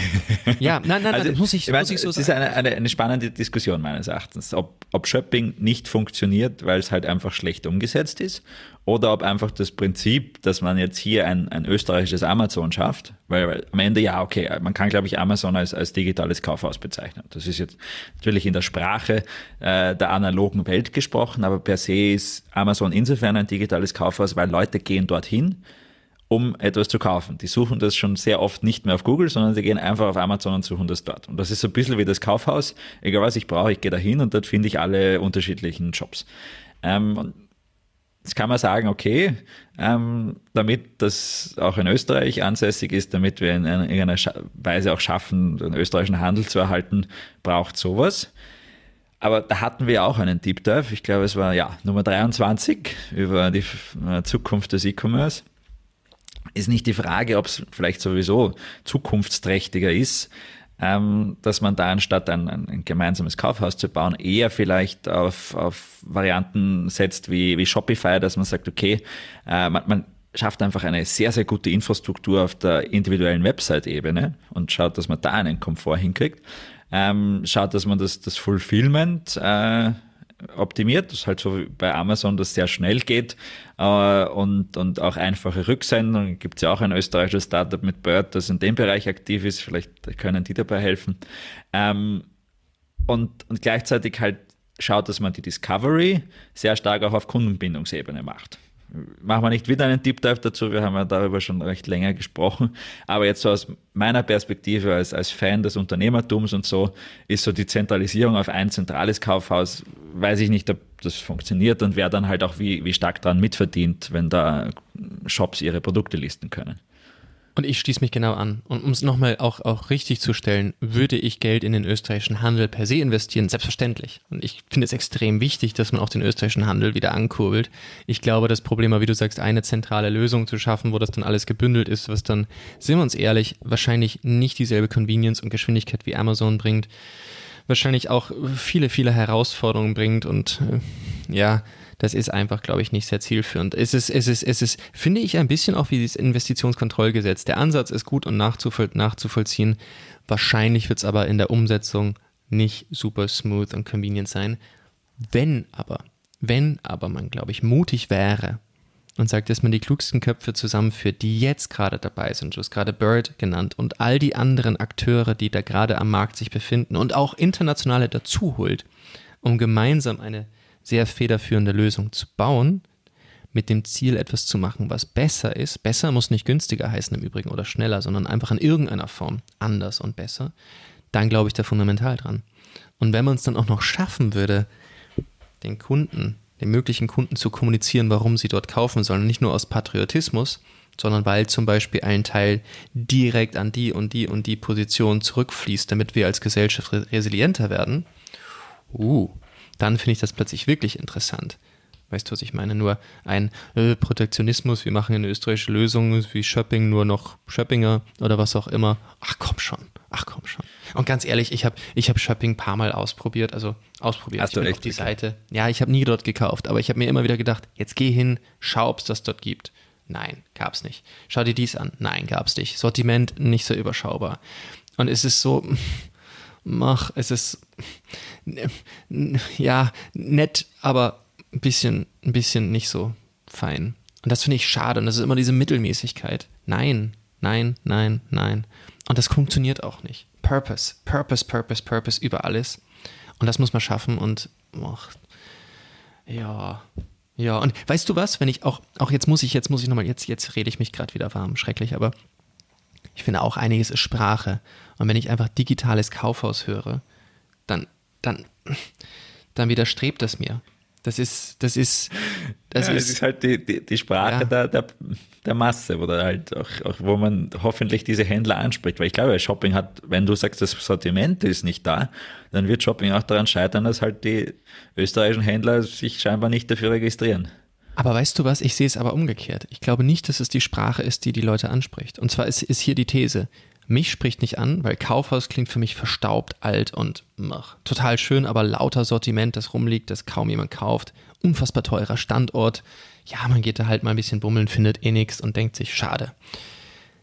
S1: Ja, nein, nein,
S2: also,
S1: nein, muss ich,
S2: ich mein,
S1: muss ich so
S2: es
S1: sagen.
S2: ist eine, eine, eine spannende Diskussion meines Erachtens, ob, ob Shopping nicht funktioniert, weil es halt einfach schlecht umgesetzt ist, oder ob einfach das Prinzip, dass man jetzt hier ein, ein österreichisches Amazon schafft, weil, weil am Ende, ja, okay, man kann, glaube ich, Amazon als, als digitales Kaufhaus bezeichnen. Das ist jetzt natürlich in der Sprache äh, der analogen Welt gesprochen, aber per se ist Amazon insofern ein digitales Kaufhaus, weil Leute gehen dorthin, um etwas zu kaufen. Die suchen das schon sehr oft nicht mehr auf Google, sondern sie gehen einfach auf Amazon und suchen das dort. Und das ist so ein bisschen wie das Kaufhaus. Egal was ich brauche, ich gehe da hin und dort finde ich alle unterschiedlichen Jobs. Ähm, und jetzt kann man sagen, okay, ähm, damit das auch in Österreich ansässig ist, damit wir in irgendeiner Weise auch schaffen, den österreichischen Handel zu erhalten, braucht sowas. Aber da hatten wir auch einen Deep Dive. Ich glaube, es war ja Nummer dreiundzwanzig über die Zukunft des E-Commerce. Ist nicht die Frage, ob es vielleicht sowieso zukunftsträchtiger ist, ähm, dass man da anstatt ein, ein gemeinsames Kaufhaus zu bauen, eher vielleicht auf, auf Varianten setzt wie, wie Shopify, dass man sagt, okay, äh, man, man schafft einfach eine sehr, sehr gute Infrastruktur auf der individuellen Website-Ebene und schaut, dass man da einen Komfort hinkriegt. Ähm, schaut, dass man das, das Fulfillment äh, optimiert, das halt so wie bei Amazon, das sehr schnell geht äh, und, und auch einfache Rücksendungen. Gibt es ja auch ein österreichisches Startup mit Bird, das in dem Bereich aktiv ist, vielleicht können die dabei helfen. Ähm, und, und gleichzeitig halt schaut, dass man die Discovery sehr stark auch auf Kundenbindungsebene macht. Machen wir nicht wieder einen Deep Dive dazu, wir haben ja darüber schon recht länger gesprochen, aber jetzt so aus meiner Perspektive als, als Fan des Unternehmertums und so, ist so die Zentralisierung auf ein zentrales Kaufhaus, weiß ich nicht, ob das funktioniert und wer dann halt auch wie, wie stark dran mitverdient, wenn da Shops ihre Produkte listen können.
S1: Und ich schließe mich genau an. Und um es nochmal auch, auch richtig zu stellen, würde ich Geld in den österreichischen Handel per se investieren? Selbstverständlich. Und ich finde es extrem wichtig, dass man auch den österreichischen Handel wieder ankurbelt. Ich glaube, das Problem war, wie du sagst, eine zentrale Lösung zu schaffen, wo das dann alles gebündelt ist, was dann, sind wir uns ehrlich, wahrscheinlich nicht dieselbe Convenience und Geschwindigkeit wie Amazon bringt. Wahrscheinlich auch viele, viele Herausforderungen bringt und äh, ja, das ist einfach, glaube ich, nicht sehr zielführend. Es ist, es ist, es ist, finde ich, ein bisschen auch wie dieses Investitionskontrollgesetz. Der Ansatz ist gut und nachzuvoll- nachzuvollziehen. Wahrscheinlich wird es aber in der Umsetzung nicht super smooth und convenient sein. Wenn aber, wenn aber man, glaube ich, mutig wäre und sagt, dass man die klugsten Köpfe zusammenführt, die jetzt gerade dabei sind, du hast gerade Bird genannt und all die anderen Akteure, die da gerade am Markt sich befinden und auch internationale dazu holt, um gemeinsam eine sehr federführende Lösung zu bauen, mit dem Ziel, etwas zu machen, was besser ist. Besser muss nicht günstiger heißen im Übrigen oder schneller, sondern einfach in irgendeiner Form anders und besser. Dann glaube ich da fundamental dran. Und wenn man es dann auch noch schaffen würde, den Kunden, den möglichen Kunden zu kommunizieren, warum sie dort kaufen sollen, nicht nur aus Patriotismus, sondern weil zum Beispiel ein Teil direkt an die und die und die Position zurückfließt, damit wir als Gesellschaft resilienter werden, uh, dann finde ich das plötzlich wirklich interessant. Weißt du, was ich meine? Nur ein äh, Protektionismus, wir machen eine österreichische Lösung, wie Shopping, nur noch Shoppinger oder was auch immer. Ach komm schon, ach komm schon. Und ganz ehrlich, ich habe ich hab Shopping ein paar Mal ausprobiert, also ausprobiert.
S2: Hast du
S1: ich bin
S2: echt
S1: auf die
S2: gekauft?
S1: Seite. Ja, ich habe nie dort gekauft, aber ich habe mir immer wieder gedacht, jetzt geh hin, schau, ob es das dort gibt. Nein, gab's nicht. Schau dir dies an. Nein, gab's nicht. Sortiment nicht so überschaubar. Und es ist so... Mach, es ist ja nett, aber ein bisschen, ein bisschen nicht so fein. Und das finde ich schade. Und das ist immer diese Mittelmäßigkeit. Nein, nein, nein, nein. Und das funktioniert auch nicht. Purpose, Purpose, Purpose, Purpose über alles. Und das muss man schaffen. Und ach, ja, ja. Und weißt du was? Wenn ich auch, auch jetzt muss ich, jetzt muss ich nochmal, jetzt, jetzt rede ich mich gerade wieder warm, schrecklich, aber ich finde auch einiges ist Sprache. Und wenn ich einfach digitales Kaufhaus höre, dann, dann, dann widerstrebt das mir. Das ist, das ist, das
S2: ja,
S1: ist,
S2: es ist halt die, die, die Sprache
S1: ja.
S2: der, der, der Masse oder halt auch, auch, wo man hoffentlich diese Händler anspricht. Weil ich glaube, Shopping hat, wenn du sagst, das Sortiment ist nicht da, dann wird Shopping auch daran scheitern, dass halt die österreichischen Händler sich scheinbar nicht dafür registrieren.
S1: Aber weißt du was, ich sehe es aber umgekehrt. Ich glaube nicht, dass es die Sprache ist, die die Leute anspricht. Und zwar ist, ist hier die These, mich spricht nicht an, weil Kaufhaus klingt für mich verstaubt, alt und ach, total schön, aber lauter Sortiment, das rumliegt, das kaum jemand kauft. Unfassbar teurer Standort. Ja, man geht da halt mal ein bisschen bummeln, findet eh nichts und denkt sich, schade.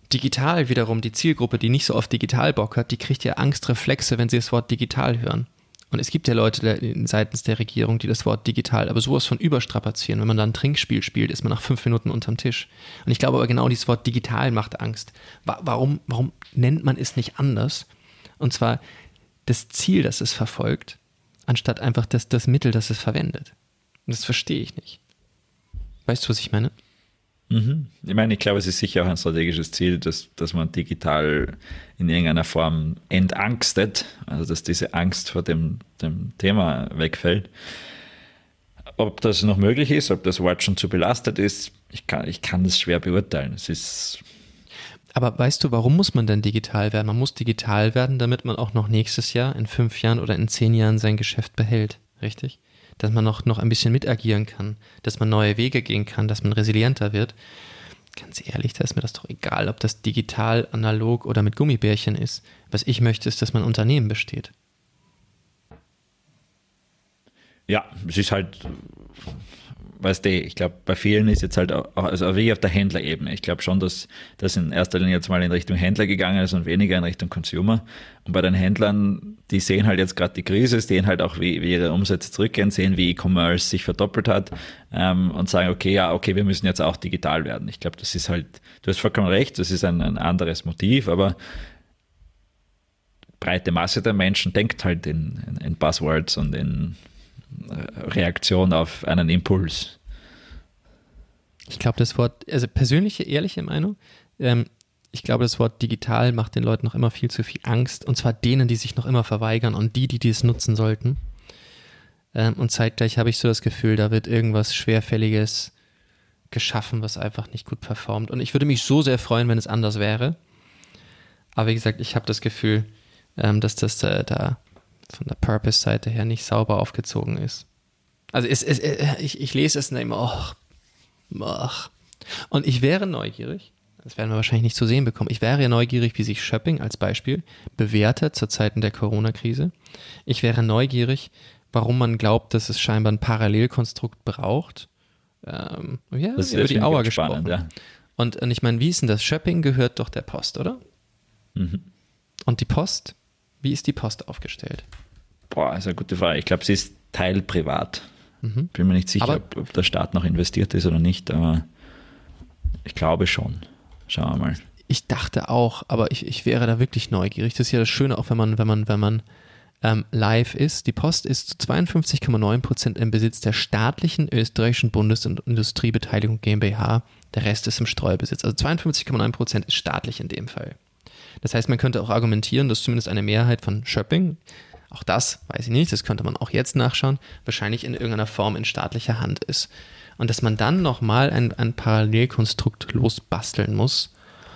S1: digital wiederum, die Zielgruppe, die nicht so auf digital Bock hat, die kriegt ja Angstreflexe, wenn sie das Wort digital hören. Und es gibt ja Leute seitens der Regierung, die das Wort digital aber sowas von überstrapazieren. Wenn man dann ein Trinkspiel spielt, ist man nach fünf Minuten unterm Tisch. Und ich glaube aber genau dieses Wort digital macht Angst. Warum, warum nennt man es nicht anders? Und zwar das Ziel, das es verfolgt, anstatt einfach das, das Mittel, das es verwendet. Und das verstehe ich nicht. Weißt du, was ich meine?
S2: Mhm. Ich meine, ich glaube, es ist sicher auch ein strategisches Ziel, dass, dass man digital in irgendeiner Form entangstet, also dass diese Angst vor dem, dem Thema wegfällt. Ob das noch möglich ist, ob das Wort schon zu belastet ist, ich kann, ich kann das schwer beurteilen. Es ist
S1: Aber weißt du, warum muss man denn digital werden? Man muss digital werden, damit man auch noch nächstes Jahr, in fünf Jahren oder in zehn Jahren sein Geschäft behält, richtig? Dass man noch, noch ein bisschen mitagieren kann, dass man neue Wege gehen kann, dass man resilienter wird. Ganz ehrlich, da ist mir das doch egal, ob das digital, analog oder mit Gummibärchen ist. Was ich möchte, ist, dass mein Unternehmen besteht.
S2: Ja, es ist halt, weißt du, ich glaube, bei vielen ist jetzt halt auch, also wie auf der Händlerebene. Ich glaube schon, dass das in erster Linie jetzt mal in Richtung Händler gegangen ist und weniger in Richtung Consumer. Und bei den Händlern, die sehen halt jetzt gerade die Krise, sehen halt auch, wie, wie ihre Umsätze zurückgehen, sehen, wie E-Commerce sich verdoppelt hat ähm, und sagen, okay, ja, okay, wir müssen jetzt auch digital werden. Ich glaube, das ist halt, du hast vollkommen recht, das ist ein, ein anderes Motiv, aber breite Masse der Menschen denkt halt in, in, in Buzzwords und in Reaktion auf einen Impuls.
S1: Ich glaube, das Wort, also persönliche, ehrliche Meinung, ähm, ich glaube, das Wort digital macht den Leuten noch immer viel zu viel Angst, und zwar denen, die sich noch immer verweigern und die, die dies nutzen sollten. Ähm, und zeitgleich habe ich so das Gefühl, da wird irgendwas Schwerfälliges geschaffen, was einfach nicht gut performt. Und ich würde mich so sehr freuen, wenn es anders wäre. Aber wie gesagt, ich habe das Gefühl, ähm, dass das äh, da von der Purpose-Seite her nicht sauber aufgezogen ist. Also es, es, ich, ich lese es und denke, ach, ach. Und ich wäre neugierig, das werden wir wahrscheinlich nicht zu sehen bekommen, ich wäre neugierig, wie sich Shopping als Beispiel bewertet zu Zeiten der Corona-Krise. Ich wäre neugierig, warum man glaubt, dass es scheinbar ein Parallelkonstrukt braucht. Ähm, ja,
S2: das ist
S1: über die Auer
S2: gesprochen.
S1: Ja. Und, und ich meine, wie ist denn das? Shopping gehört doch der Post, oder?
S2: Mhm.
S1: Und die Post, wie ist die Post aufgestellt?
S2: Boah, ist eine gute Frage. Ich glaube, sie ist teilprivat.
S1: Mhm.
S2: Bin mir nicht sicher,
S1: Aber,
S2: ob, ob der Staat noch investiert ist oder nicht, aber ich glaube schon. Schauen wir mal.
S1: Ich dachte auch, aber ich, ich wäre da wirklich neugierig. Das ist ja das Schöne, auch wenn man, wenn man, wenn man ähm, live ist. Die Post ist zu zweiundfünfzig Komma neun Prozent im Besitz der staatlichen österreichischen Bundes- und Industriebeteiligung GmbH. Der Rest ist im Streubesitz. Also zweiundfünfzig Komma neun Prozent ist staatlich in dem Fall. Das heißt, man könnte auch argumentieren, dass zumindest eine Mehrheit von Shopping, auch das weiß ich nicht, das könnte man auch jetzt nachschauen, wahrscheinlich in irgendeiner Form in staatlicher Hand ist. Und dass man dann nochmal ein, ein Parallelkonstrukt losbasteln muss,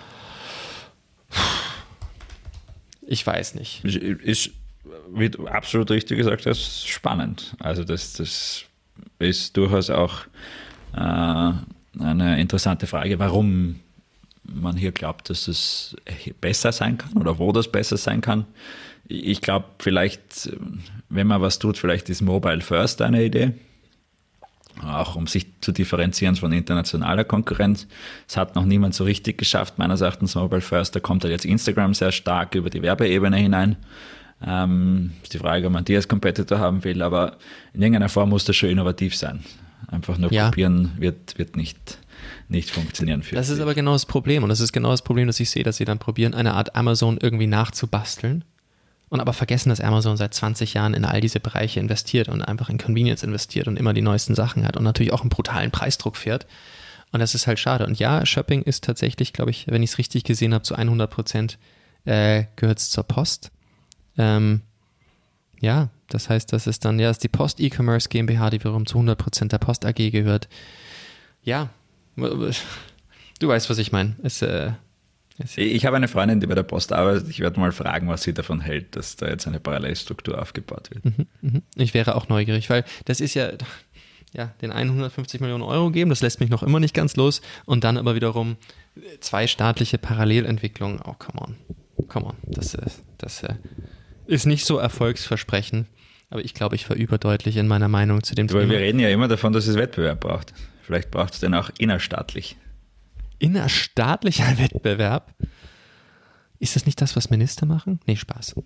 S1: ich weiß nicht.
S2: Ist, wie du absolut richtig gesagt hast, spannend. Also das, das ist durchaus auch äh, eine interessante Frage, warum man hier glaubt, dass es besser sein kann oder wo das besser sein kann. Ich glaube, vielleicht, wenn man was tut, vielleicht ist Mobile First eine Idee, auch um sich zu differenzieren von internationaler Konkurrenz. Es hat noch niemand so richtig geschafft, meines Erachtens Mobile First. Da kommt halt jetzt Instagram sehr stark über die Werbeebene hinein. Ähm, ist die Frage, ob man die als Competitor haben will, aber in irgendeiner Form muss das schon innovativ sein. Einfach nur
S1: ja.
S2: kopieren wird, wird nicht nicht funktionieren. Für
S1: das ist
S2: sich.
S1: aber genau das Problem, und das ist genau das Problem, das ich sehe, dass sie dann probieren, eine Art Amazon irgendwie nachzubasteln und aber vergessen, dass Amazon seit zwanzig Jahren in all diese Bereiche investiert und einfach in Convenience investiert und immer die neuesten Sachen hat und natürlich auch einen brutalen Preisdruck fährt, und das ist halt schade. Und ja, Shopping ist tatsächlich, glaube ich, wenn ich es richtig gesehen habe, zu hundert Prozent äh, gehört es zur Post. Ähm, ja, das heißt, das ist dann, ja, das ist die Post E-Commerce GmbH, die wiederum zu hundert Prozent der Post A G gehört. Ja, du weißt, was ich meine. Es, äh, es
S2: ich habe eine Freundin, die bei der Post arbeitet. Ich werde mal fragen, was sie davon hält, dass da jetzt eine Parallelstruktur aufgebaut wird.
S1: Mhm, mhm. Ich wäre auch neugierig, weil das ist ja, ja, den hundertfünfzig Millionen Euro geben, das lässt mich noch immer nicht ganz los, und dann aber wiederum zwei staatliche Parallelentwicklungen. Oh, come on. Come on. Das, das ist nicht so erfolgsversprechend, aber ich glaube, ich war überdeutlich in meiner Meinung zu dem
S2: Thema.
S1: Thema.
S2: Wir reden ja immer davon, dass es Wettbewerb braucht. Vielleicht braucht es den auch innerstaatlich.
S1: Innerstaatlicher Wettbewerb? Ist das nicht das, was Minister machen? Nee, Spaß.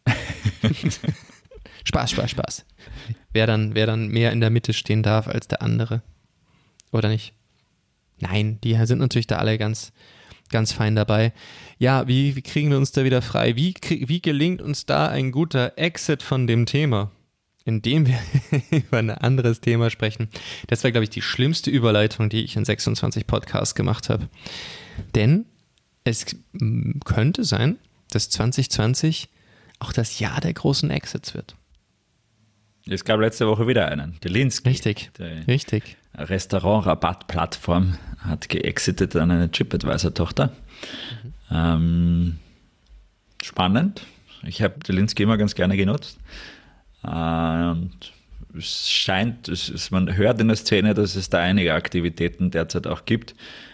S1: Spaß, Spaß, Spaß. Wer dann, wer dann mehr in der Mitte stehen darf als der andere. Oder nicht? Nein, die sind natürlich da alle ganz, ganz fein dabei. Ja, wie, wie kriegen wir uns da wieder frei? Wie, wie gelingt uns da ein guter Exit von dem Thema? Indem wir über ein anderes Thema sprechen. Das war, glaube ich, die schlimmste Überleitung, die ich in sechsundzwanzig Podcasts gemacht habe. Denn es könnte sein, dass zwanzig zwanzig auch das Jahr der großen Exits wird.
S2: Es gab letzte Woche wieder einen, die Linsky.
S1: Richtig, richtig.
S2: Restaurant-Rabatt-Plattform hat geexitet an eine TripAdvisor-Tochter. Mhm. Ähm, spannend. Ich habe die Linsky immer ganz gerne genutzt. Äh, und es scheint, es, es, man hört in der Szene, dass es da einige Aktivitäten derzeit auch gibt.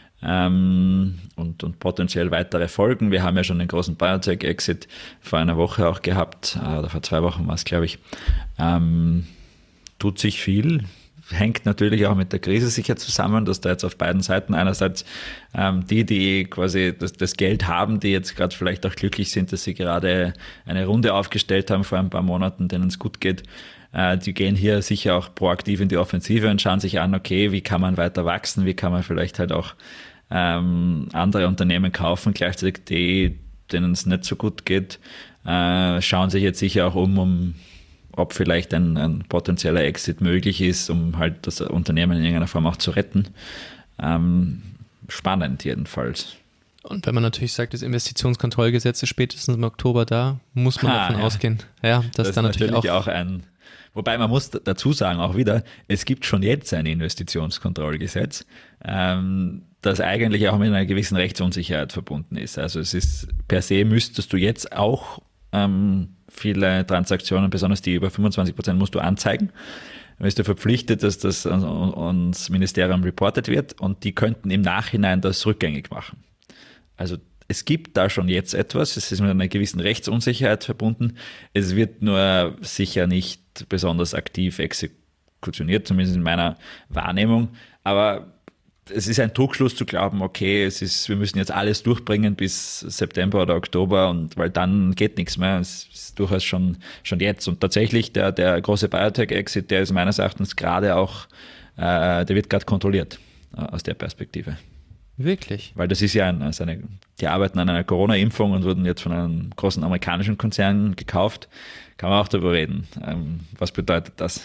S2: Ähm, und, und potenziell weitere Folgen. Wir haben ja schon den großen Biotech-Exit vor einer Woche auch gehabt, äh, oder vor zwei Wochen war es, glaube ich. Ähm, tut sich viel, hängt natürlich auch mit der Krise sicher zusammen, dass da jetzt auf beiden Seiten einerseits ähm, die, die quasi das, das Geld haben, die jetzt gerade vielleicht auch glücklich sind, dass sie gerade eine Runde aufgestellt haben vor ein paar Monaten, denen es gut geht. Äh, die gehen hier sicher auch proaktiv in die Offensive und schauen sich an, okay, wie kann man weiter wachsen, wie kann man vielleicht halt auch ähm, andere Unternehmen kaufen, gleichzeitig die, denen es nicht so gut geht, äh, schauen sich jetzt sicher auch um, um ob vielleicht ein, ein potenzieller Exit möglich ist, um halt das Unternehmen in irgendeiner Form auch zu retten. Ähm, spannend jedenfalls.
S1: Und wenn man natürlich sagt, das Investitionskontrollgesetz ist spätestens im Oktober da, muss man
S2: ah,
S1: davon
S2: ja.
S1: ausgehen. Ja, das,
S2: das
S1: ist dann natürlich,
S2: natürlich
S1: auch,
S2: auch ein, wobei man muss dazu sagen, auch wieder, es gibt schon jetzt ein Investitionskontrollgesetz, ähm, das eigentlich auch mit einer gewissen Rechtsunsicherheit verbunden ist. Also es ist per se müsstest du jetzt auch ähm, viele Transaktionen, besonders die über fünfundzwanzig Prozent, musst du anzeigen. Dann bist du verpflichtet, dass das ans Ministerium reportet wird und die könnten im Nachhinein das rückgängig machen. Also es gibt da schon jetzt etwas, es ist mit einer gewissen Rechtsunsicherheit verbunden. Es wird nur sicher nicht besonders aktiv exekutioniert, zumindest in meiner Wahrnehmung. Aber es ist ein Trugschluss zu glauben, okay, es ist, wir müssen jetzt alles durchbringen bis September oder Oktober, und weil dann geht nichts mehr. Es ist durchaus schon, schon jetzt. Und tatsächlich der, der große Biotech-Exit, der ist meines Erachtens gerade auch, äh, der wird gerade kontrolliert äh, aus der Perspektive.
S1: Wirklich?
S2: Weil das ist ja ein, also eine, die arbeiten an einer Corona-Impfung und wurden jetzt von einem großen amerikanischen Konzern gekauft. Kann man auch darüber reden. Ähm, was bedeutet das?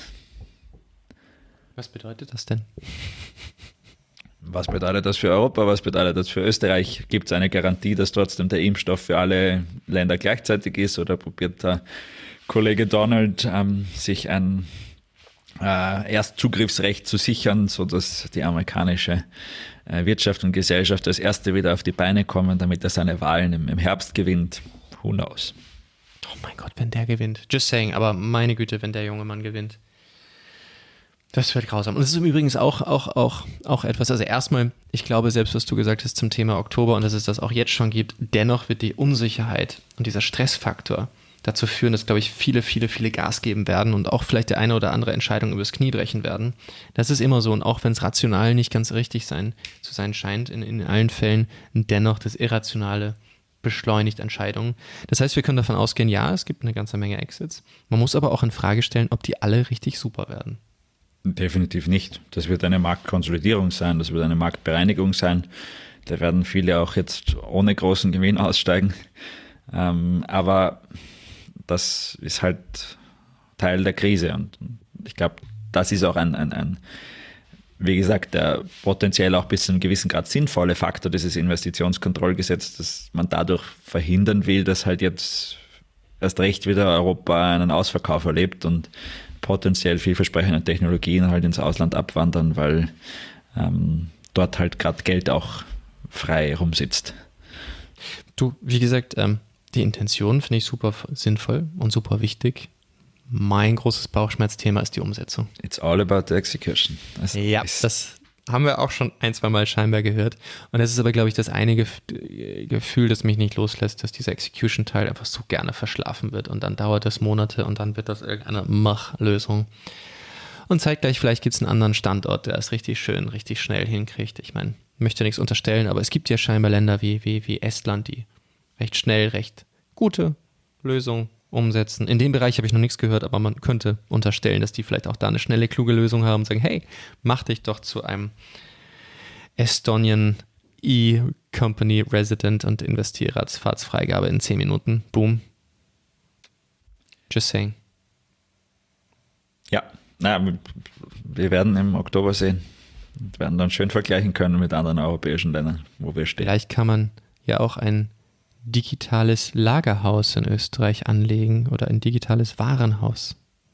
S1: Was bedeutet das denn?
S2: Was bedeutet das für Europa? Was bedeutet das für Österreich? Gibt es eine Garantie, dass trotzdem der Impfstoff für alle Länder gleichzeitig ist? Oder probiert der Kollege Donald ähm, sich ein äh, Erstzugriffsrecht zu sichern, sodass die amerikanische äh, Wirtschaft und Gesellschaft als erste wieder auf die Beine kommen, damit er seine Wahlen im, im Herbst gewinnt? Who knows?
S1: Oh mein Gott, wenn der gewinnt. Just saying, aber meine Güte, wenn der junge Mann gewinnt. Das wird grausam. Und es ist übrigens auch, auch, auch, auch etwas, also erstmal, ich glaube, selbst was du gesagt hast zum Thema Oktober und dass es das auch jetzt schon gibt, dennoch wird die Unsicherheit und dieser Stressfaktor dazu führen, dass, glaube ich, viele, viele, viele Gas geben werden und auch vielleicht der eine oder andere Entscheidung übers Knie brechen werden. Das ist immer so, und auch wenn es rational nicht ganz richtig sein, zu sein scheint, in, in allen Fällen, dennoch das Irrationale beschleunigt Entscheidungen. Das heißt, wir können davon ausgehen, ja, es gibt eine ganze Menge Exits. Man muss aber auch in Frage stellen, ob die alle richtig super werden.
S2: Definitiv nicht. Das wird eine Marktkonsolidierung sein, das wird eine Marktbereinigung sein. Da werden viele auch jetzt ohne großen Gewinn aussteigen. Ähm, aber das ist halt Teil der Krise. Und ich glaube, das ist auch ein, ein, ein, wie gesagt, der potenziell auch bis zu einem gewissen Grad sinnvolle Faktor dieses Investitionskontrollgesetzes, dass man dadurch verhindern will, dass halt jetzt erst recht wieder Europa einen Ausverkauf erlebt und potenziell vielversprechende Technologien halt ins Ausland abwandern, weil ähm, dort halt gerade Geld auch frei rumsitzt.
S1: Du, wie gesagt, ähm, die Intention finde ich super sinnvoll und super wichtig. Mein großes Bauchschmerzthema ist die Umsetzung.
S2: It's all about the execution. Das
S1: ja, das haben wir auch schon ein, zwei Mal scheinbar gehört. Und das ist aber, glaube ich, das eine Gef- Gefühl, das mich nicht loslässt, dass dieser Execution-Teil einfach so gerne verschlafen wird. Und dann dauert das Monate und dann wird das irgendeine Mach-Lösung. Und zeitgleich, vielleicht gibt es einen anderen Standort, der es richtig schön, richtig schnell hinkriegt. Ich meine, möchte nichts unterstellen, aber es gibt ja scheinbar Länder wie, wie, wie Estland, die recht schnell, recht gute Lösungen umsetzen. In dem Bereich habe ich noch nichts gehört, aber man könnte unterstellen, dass die vielleicht auch da eine schnelle, kluge Lösung haben und sagen, hey, mach dich doch zu einem Estonian E-Company Resident und investiere als Fahrtsfreigabe in zehn Minuten. Boom. Just saying.
S2: Ja, na, wir werden im Oktober sehen und werden dann schön vergleichen können mit anderen europäischen Ländern, wo wir stehen.
S1: Vielleicht kann man ja auch ein digitales Lagerhaus in Österreich anlegen oder ein digitales Warenhaus.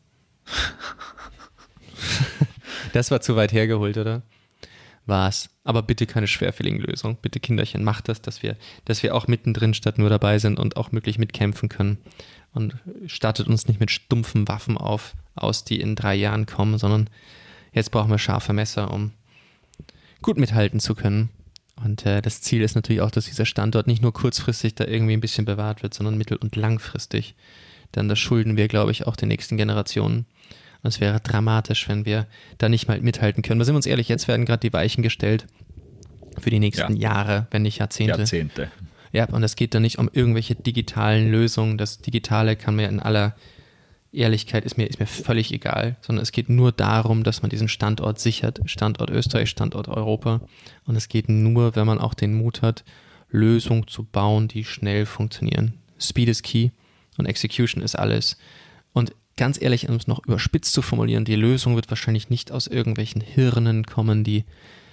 S1: Das war zu weit hergeholt, oder? War's. Aber bitte keine schwerfälligen Lösungen. Bitte, Kinderchen, macht das, dass wir, dass wir auch mittendrin statt nur dabei sind und auch möglich mitkämpfen können. Und startet uns nicht mit stumpfen Waffen auf, aus, die in drei Jahren kommen, sondern jetzt brauchen wir scharfe Messer, um gut mithalten zu können. Und äh, das Ziel ist natürlich auch, dass dieser Standort nicht nur kurzfristig da irgendwie ein bisschen bewahrt wird, sondern mittel- und langfristig. Denn das schulden wir, glaube ich, auch den nächsten Generationen. Und es wäre dramatisch, wenn wir da nicht mal mithalten können. Wir sind uns ehrlich, jetzt werden gerade die Weichen gestellt für die nächsten ja. Jahre, wenn nicht Jahrzehnte.
S2: Jahrzehnte.
S1: Ja, und es geht da nicht um irgendwelche digitalen Lösungen. Das Digitale kann mir in aller Ehrlichkeit, ist mir, ist mir völlig egal, sondern es geht nur darum, dass man diesen Standort sichert, Standort Österreich, Standort Europa. Und es geht nur, wenn man auch den Mut hat, Lösungen zu bauen, die schnell funktionieren. Speed is key und Execution ist alles. Und ganz ehrlich, um es noch überspitzt zu formulieren, die Lösung wird wahrscheinlich nicht aus irgendwelchen Hirnen kommen, die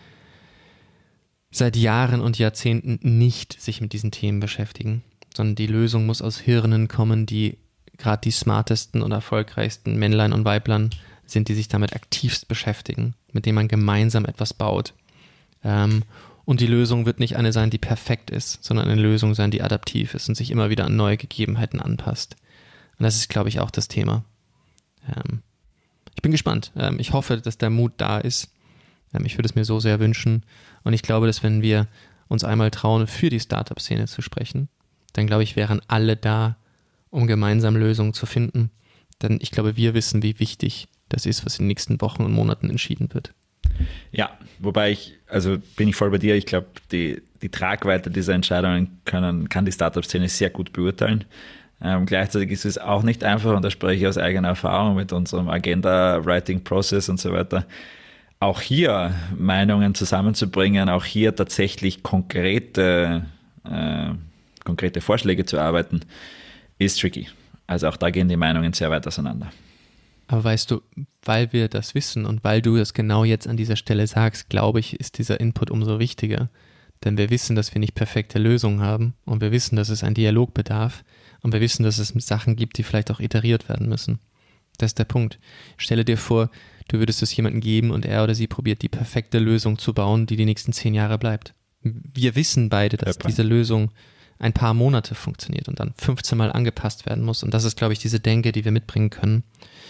S1: seit Jahren und Jahrzehnten nicht sich mit diesen Themen beschäftigen, sondern die Lösung muss aus Hirnen kommen, die gerade die smartesten und erfolgreichsten Männlein und Weiblein sind, die sich damit aktivst beschäftigen, mit denen man gemeinsam etwas baut. Ähm, und die Lösung wird nicht eine sein, die perfekt ist, sondern eine Lösung sein, die adaptiv ist und sich immer wieder an neue Gegebenheiten anpasst. Und das ist, glaube ich, auch das Thema. Ähm, ich bin gespannt. Ähm, ich hoffe, dass der Mut da ist. Ähm, ich würde es mir so sehr wünschen. Und ich glaube, dass wenn wir uns einmal trauen, für die Startup-Szene zu sprechen, dann glaube ich, wären alle da, um gemeinsam Lösungen zu finden. Denn ich glaube, wir wissen, wie wichtig das ist, was in den nächsten Wochen und Monaten entschieden wird.
S2: Ja, wobei ich, also bin ich voll bei dir, ich glaube, die, die Tragweite dieser Entscheidungen können, kann die Startup-Szene sehr gut beurteilen. Ähm, gleichzeitig ist es auch nicht einfach, und da spreche ich aus eigener Erfahrung mit unserem Agenda-Writing-Prozess und so weiter, auch hier Meinungen zusammenzubringen, auch hier tatsächlich konkrete, äh, konkrete Vorschläge zu arbeiten, ist tricky. Also auch da gehen die Meinungen sehr weit auseinander.
S1: Aber weißt du, weil wir das wissen und weil du das genau jetzt an dieser Stelle sagst, glaube ich, ist dieser Input umso wichtiger. Denn wir wissen, dass wir nicht perfekte Lösungen haben und wir wissen, dass es einen Dialog bedarf und wir wissen, dass es Sachen gibt, die vielleicht auch iteriert werden müssen. Das ist der Punkt. Stelle dir vor, du würdest es jemandem geben und er oder sie probiert, die perfekte Lösung zu bauen, die die nächsten zehn Jahre bleibt. Wir wissen beide, dass
S2: Öppe.
S1: diese Lösung ein paar Monate funktioniert und dann fünfzehn Mal angepasst werden muss. Und das ist, glaube ich, diese Denke, die wir mitbringen können.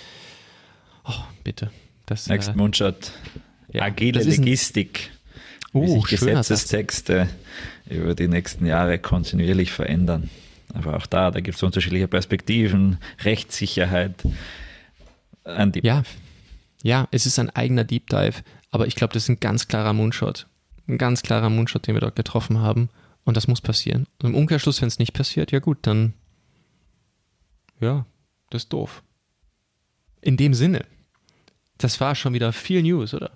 S1: Oh, bitte. Das,
S2: Next
S1: äh,
S2: Moonshot.
S1: Ja,
S2: Agile Logistik.
S1: Ein,
S2: wie
S1: uh,
S2: sich Gesetzestexte über die nächsten Jahre kontinuierlich verändern. Aber auch da, da gibt es unterschiedliche Perspektiven, Rechtssicherheit. Ein Deep
S1: ja. ja, es ist ein eigener Deep Dive, aber ich glaube, das ist ein ganz klarer Moonshot. Ein ganz klarer Moonshot, den wir dort getroffen haben. Und das muss passieren. Und im Umkehrschluss, wenn es nicht passiert, ja gut, dann ja, das ist doof. In dem Sinne, das war schon wieder viel News, oder?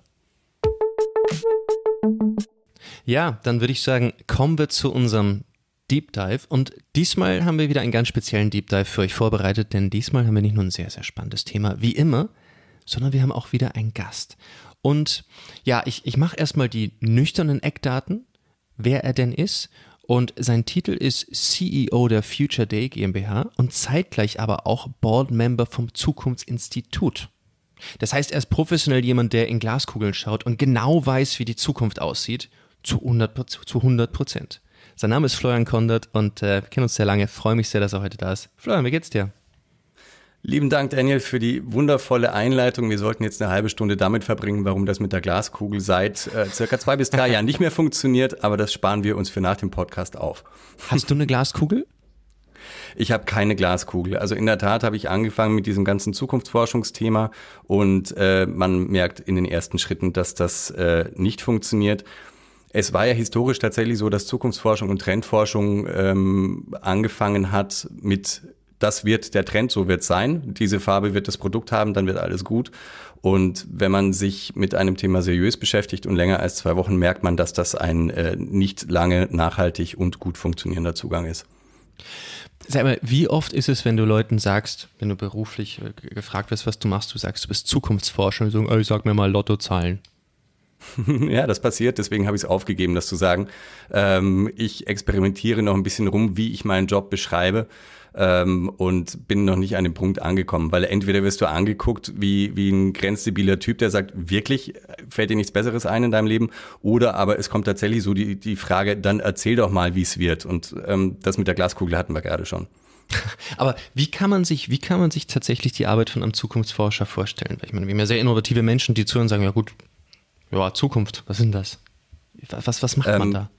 S1: Ja, dann würde ich sagen, kommen wir zu unserem Deep Dive. Und diesmal haben wir wieder einen ganz speziellen Deep Dive für euch vorbereitet, denn diesmal haben wir nicht nur ein sehr, sehr spannendes Thema, wie immer, sondern wir haben auch wieder einen Gast. Und ja, ich, ich mache erstmal die nüchternen Eckdaten, wer er denn ist. Und sein Titel ist C E O der Future Day GmbH und zeitgleich aber auch Board Member vom Zukunftsinstitut. Das heißt, er ist professionell jemand, der in Glaskugeln schaut und genau weiß, wie die Zukunft aussieht, zu hundert Prozent. Sein Name ist Florian Kondert und äh, wir kennen uns sehr lange. Freue mich sehr, dass er heute da ist. Florian, wie geht's dir?
S3: Lieben Dank, Daniel, für die wundervolle Einleitung. Wir sollten jetzt eine halbe Stunde damit verbringen, warum das mit der Glaskugel seit äh, circa zwei bis drei Jahren nicht mehr funktioniert, aber das sparen wir uns für nach dem Podcast auf.
S1: Hast du eine Glaskugel?
S3: Ich habe keine Glaskugel. Also in der Tat habe ich angefangen mit diesem ganzen Zukunftsforschungsthema und äh, man merkt in den ersten Schritten, dass das äh, nicht funktioniert. Es war ja historisch tatsächlich so, dass Zukunftsforschung und Trendforschung ähm, angefangen hat mit, das wird der Trend, so wird es sein, diese Farbe wird das Produkt haben, dann wird alles gut. Und wenn man sich mit einem Thema seriös beschäftigt und länger als zwei Wochen, merkt man, dass das ein äh, nicht lange nachhaltig und gut funktionierender Zugang ist.
S1: Sag mal, wie oft ist es, wenn du Leuten sagst, wenn du beruflich gefragt wirst, was du machst, du sagst, du bist Zukunftsforscher und so, ey, sag mir mal Lottozahlen.
S3: Ja, das passiert, deswegen habe ich es aufgegeben, das zu sagen. Ähm, ich experimentiere noch ein bisschen rum, wie ich meinen Job beschreibe ähm, und bin noch nicht an dem Punkt angekommen, weil entweder wirst du angeguckt wie, wie ein grenzdebiler Typ, der sagt, wirklich, fällt dir nichts Besseres ein in deinem Leben, oder aber es kommt tatsächlich so die, die Frage, dann erzähl doch mal, wie es wird, und ähm, das mit der Glaskugel hatten wir gerade schon.
S1: Aber wie kann man sich, wie kann man sich tatsächlich die Arbeit von einem Zukunftsforscher vorstellen? Weil ich meine, wir haben ja sehr innovative Menschen, die zuhören und sagen, ja gut, ja, Zukunft, was ist denn das? Was, was macht man ähm, da?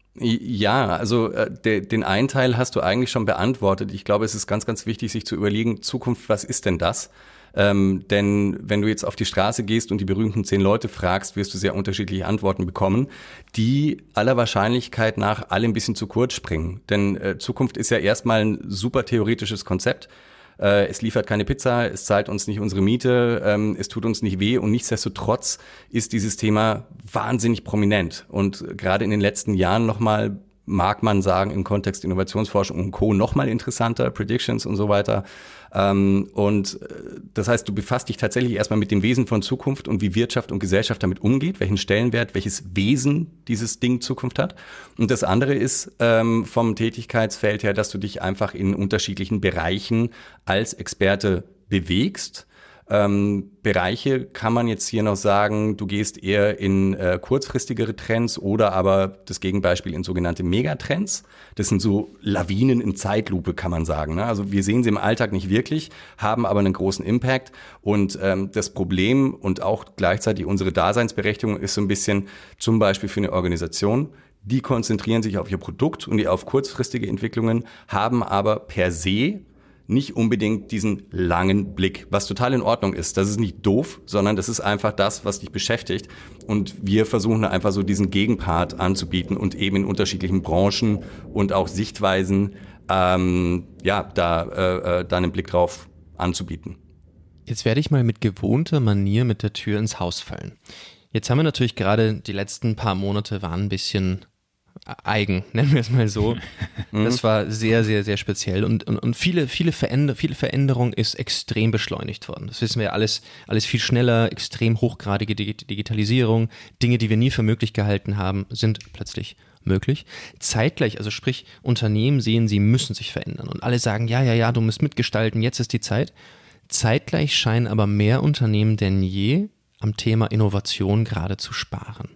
S3: Ja, also äh, de, den einen Teil hast du eigentlich schon beantwortet. Ich glaube, es ist ganz, ganz wichtig, sich zu überlegen, Zukunft, was ist denn das? Ähm, denn wenn du jetzt auf die Straße gehst und die berühmten zehn Leute fragst, wirst du sehr unterschiedliche Antworten bekommen, die aller Wahrscheinlichkeit nach alle ein bisschen zu kurz springen. Denn äh, Zukunft ist ja erstmal ein super theoretisches Konzept. Es liefert keine Pizza, es zahlt uns nicht unsere Miete, ähm, es tut uns nicht weh, und nichtsdestotrotz ist dieses Thema wahnsinnig prominent. Und gerade in den letzten Jahren nochmal, mag man sagen, im Kontext Innovationsforschung und Co. nochmal interessanter, Predictions und so weiter. Ähm, und das heißt, du befasst dich tatsächlich erstmal mit dem Wesen von Zukunft und wie Wirtschaft und Gesellschaft damit umgeht, welchen Stellenwert, welches Wesen dieses Ding Zukunft hat. Und das andere ist ähm, vom Tätigkeitsfeld her, dass du dich einfach in unterschiedlichen Bereichen als Experte bewegst. Ähm, Bereiche kann man jetzt hier noch sagen, du gehst eher in äh, kurzfristigere Trends oder aber das Gegenbeispiel in sogenannte Megatrends. Das sind so Lawinen in Zeitlupe, kann man sagen. Ne? Also wir sehen sie im Alltag nicht wirklich, haben aber einen großen Impact. Und ähm, das Problem und auch gleichzeitig unsere Daseinsberechtigung ist so ein bisschen zum Beispiel für eine Organisation, die konzentrieren sich auf ihr Produkt und die auf kurzfristige Entwicklungen, haben aber per se nicht unbedingt diesen langen Blick, was total in Ordnung ist. Das ist nicht doof, sondern das ist einfach das, was dich beschäftigt. Und wir versuchen einfach so diesen Gegenpart anzubieten und eben in unterschiedlichen Branchen und auch Sichtweisen ähm, ja, da, äh, da einen Blick drauf anzubieten.
S1: Jetzt werde ich mal mit gewohnter Manier mit der Tür ins Haus fallen. Jetzt haben wir natürlich gerade, die letzten paar Monate waren ein bisschen eigen, nennen wir es mal so. Das war sehr, sehr, sehr speziell, und, und, und viele, viele, Veränder, viele Veränderung ist extrem beschleunigt worden. Das wissen wir alles, alles viel schneller, extrem hochgradige Digitalisierung, Dinge, die wir nie für möglich gehalten haben, sind plötzlich möglich. Zeitgleich, also sprich, Unternehmen sehen, sie müssen sich verändern, und alle sagen, ja, ja, ja, du musst mitgestalten, jetzt ist die Zeit. Zeitgleich scheinen aber mehr Unternehmen denn je am Thema Innovation gerade zu sparen.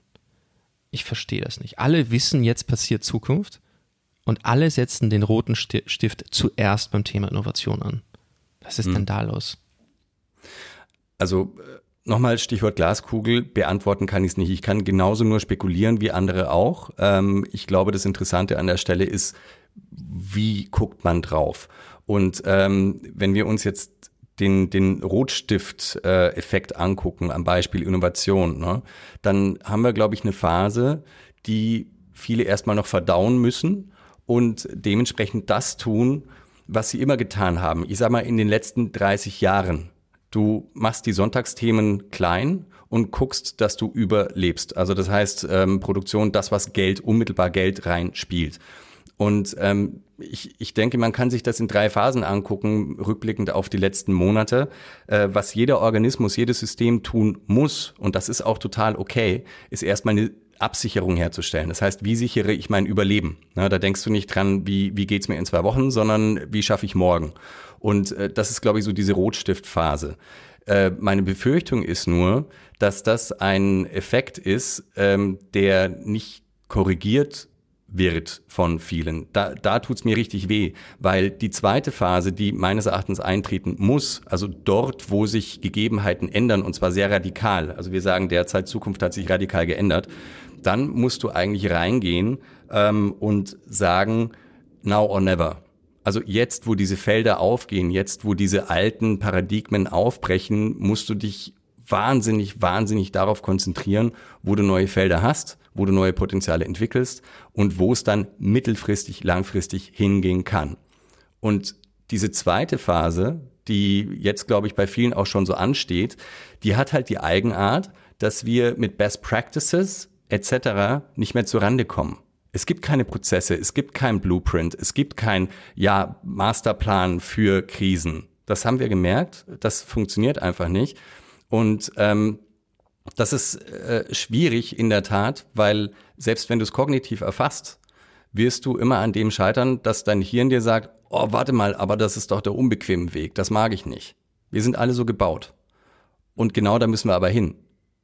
S1: Ich verstehe das nicht. Alle wissen, jetzt passiert Zukunft, und alle setzen den roten Stift zuerst beim Thema Innovation an. Was ist hm. denn da los?
S3: Also nochmal Stichwort Glaskugel, beantworten kann ich es nicht. Ich kann genauso nur spekulieren wie andere auch. Ähm, ich glaube, das Interessante an der Stelle ist, wie guckt man drauf? Und ähm, wenn wir uns jetzt den, den Rotstift-Effekt äh, angucken, am Beispiel Innovation, ne, dann haben wir, glaube ich, eine Phase, die viele erstmal noch verdauen müssen und dementsprechend das tun, was sie immer getan haben. Ich sage mal, in den letzten dreißig Jahren. Du machst die Sonntagsthemen klein und guckst, dass du überlebst. Also das heißt, ähm, Produktion, das, was Geld, unmittelbar Geld reinspielt. Und ähm, ich, ich denke, man kann sich das in drei Phasen angucken, rückblickend auf die letzten Monate. Äh, was jeder Organismus, jedes System tun muss, und das ist auch total okay, ist erstmal eine Absicherung herzustellen. Das heißt, wie sichere ich mein Überleben? Na, da denkst du nicht dran, wie, wie geht's mir in zwei Wochen, sondern wie schaffe ich morgen? Und äh, das ist, glaube ich, so diese Rotstiftphase. Äh, meine Befürchtung ist nur, dass das ein Effekt ist, ähm, der nicht korrigiert wird von vielen. Da, da tut's mir richtig weh, weil die zweite Phase, die meines Erachtens eintreten muss, also dort, wo sich Gegebenheiten ändern, und zwar sehr radikal, also wir sagen derzeit, Zukunft hat sich radikal geändert, dann musst du eigentlich reingehen ähm, und sagen, now or never. Also jetzt, wo diese Felder aufgehen, jetzt, wo diese alten Paradigmen aufbrechen, musst du dich wahnsinnig, wahnsinnig darauf konzentrieren, wo du neue Felder hast, wo du neue Potenziale entwickelst und wo es dann mittelfristig, langfristig hingehen kann. Und diese zweite Phase, die jetzt, glaube ich, bei vielen auch schon so ansteht, die hat halt die Eigenart, dass wir mit Best Practices et cetera nicht mehr zurande kommen. Es gibt keine Prozesse, es gibt kein Blueprint, es gibt kein ja, Masterplan für Krisen. Das haben wir gemerkt, das funktioniert einfach nicht. Und ähm, das ist äh, schwierig in der Tat, weil selbst wenn du es kognitiv erfasst, wirst du immer an dem scheitern, dass dein Hirn dir sagt, oh, warte mal, aber das ist doch der unbequeme Weg, das mag ich nicht. Wir sind alle so gebaut. Und genau da müssen wir aber hin.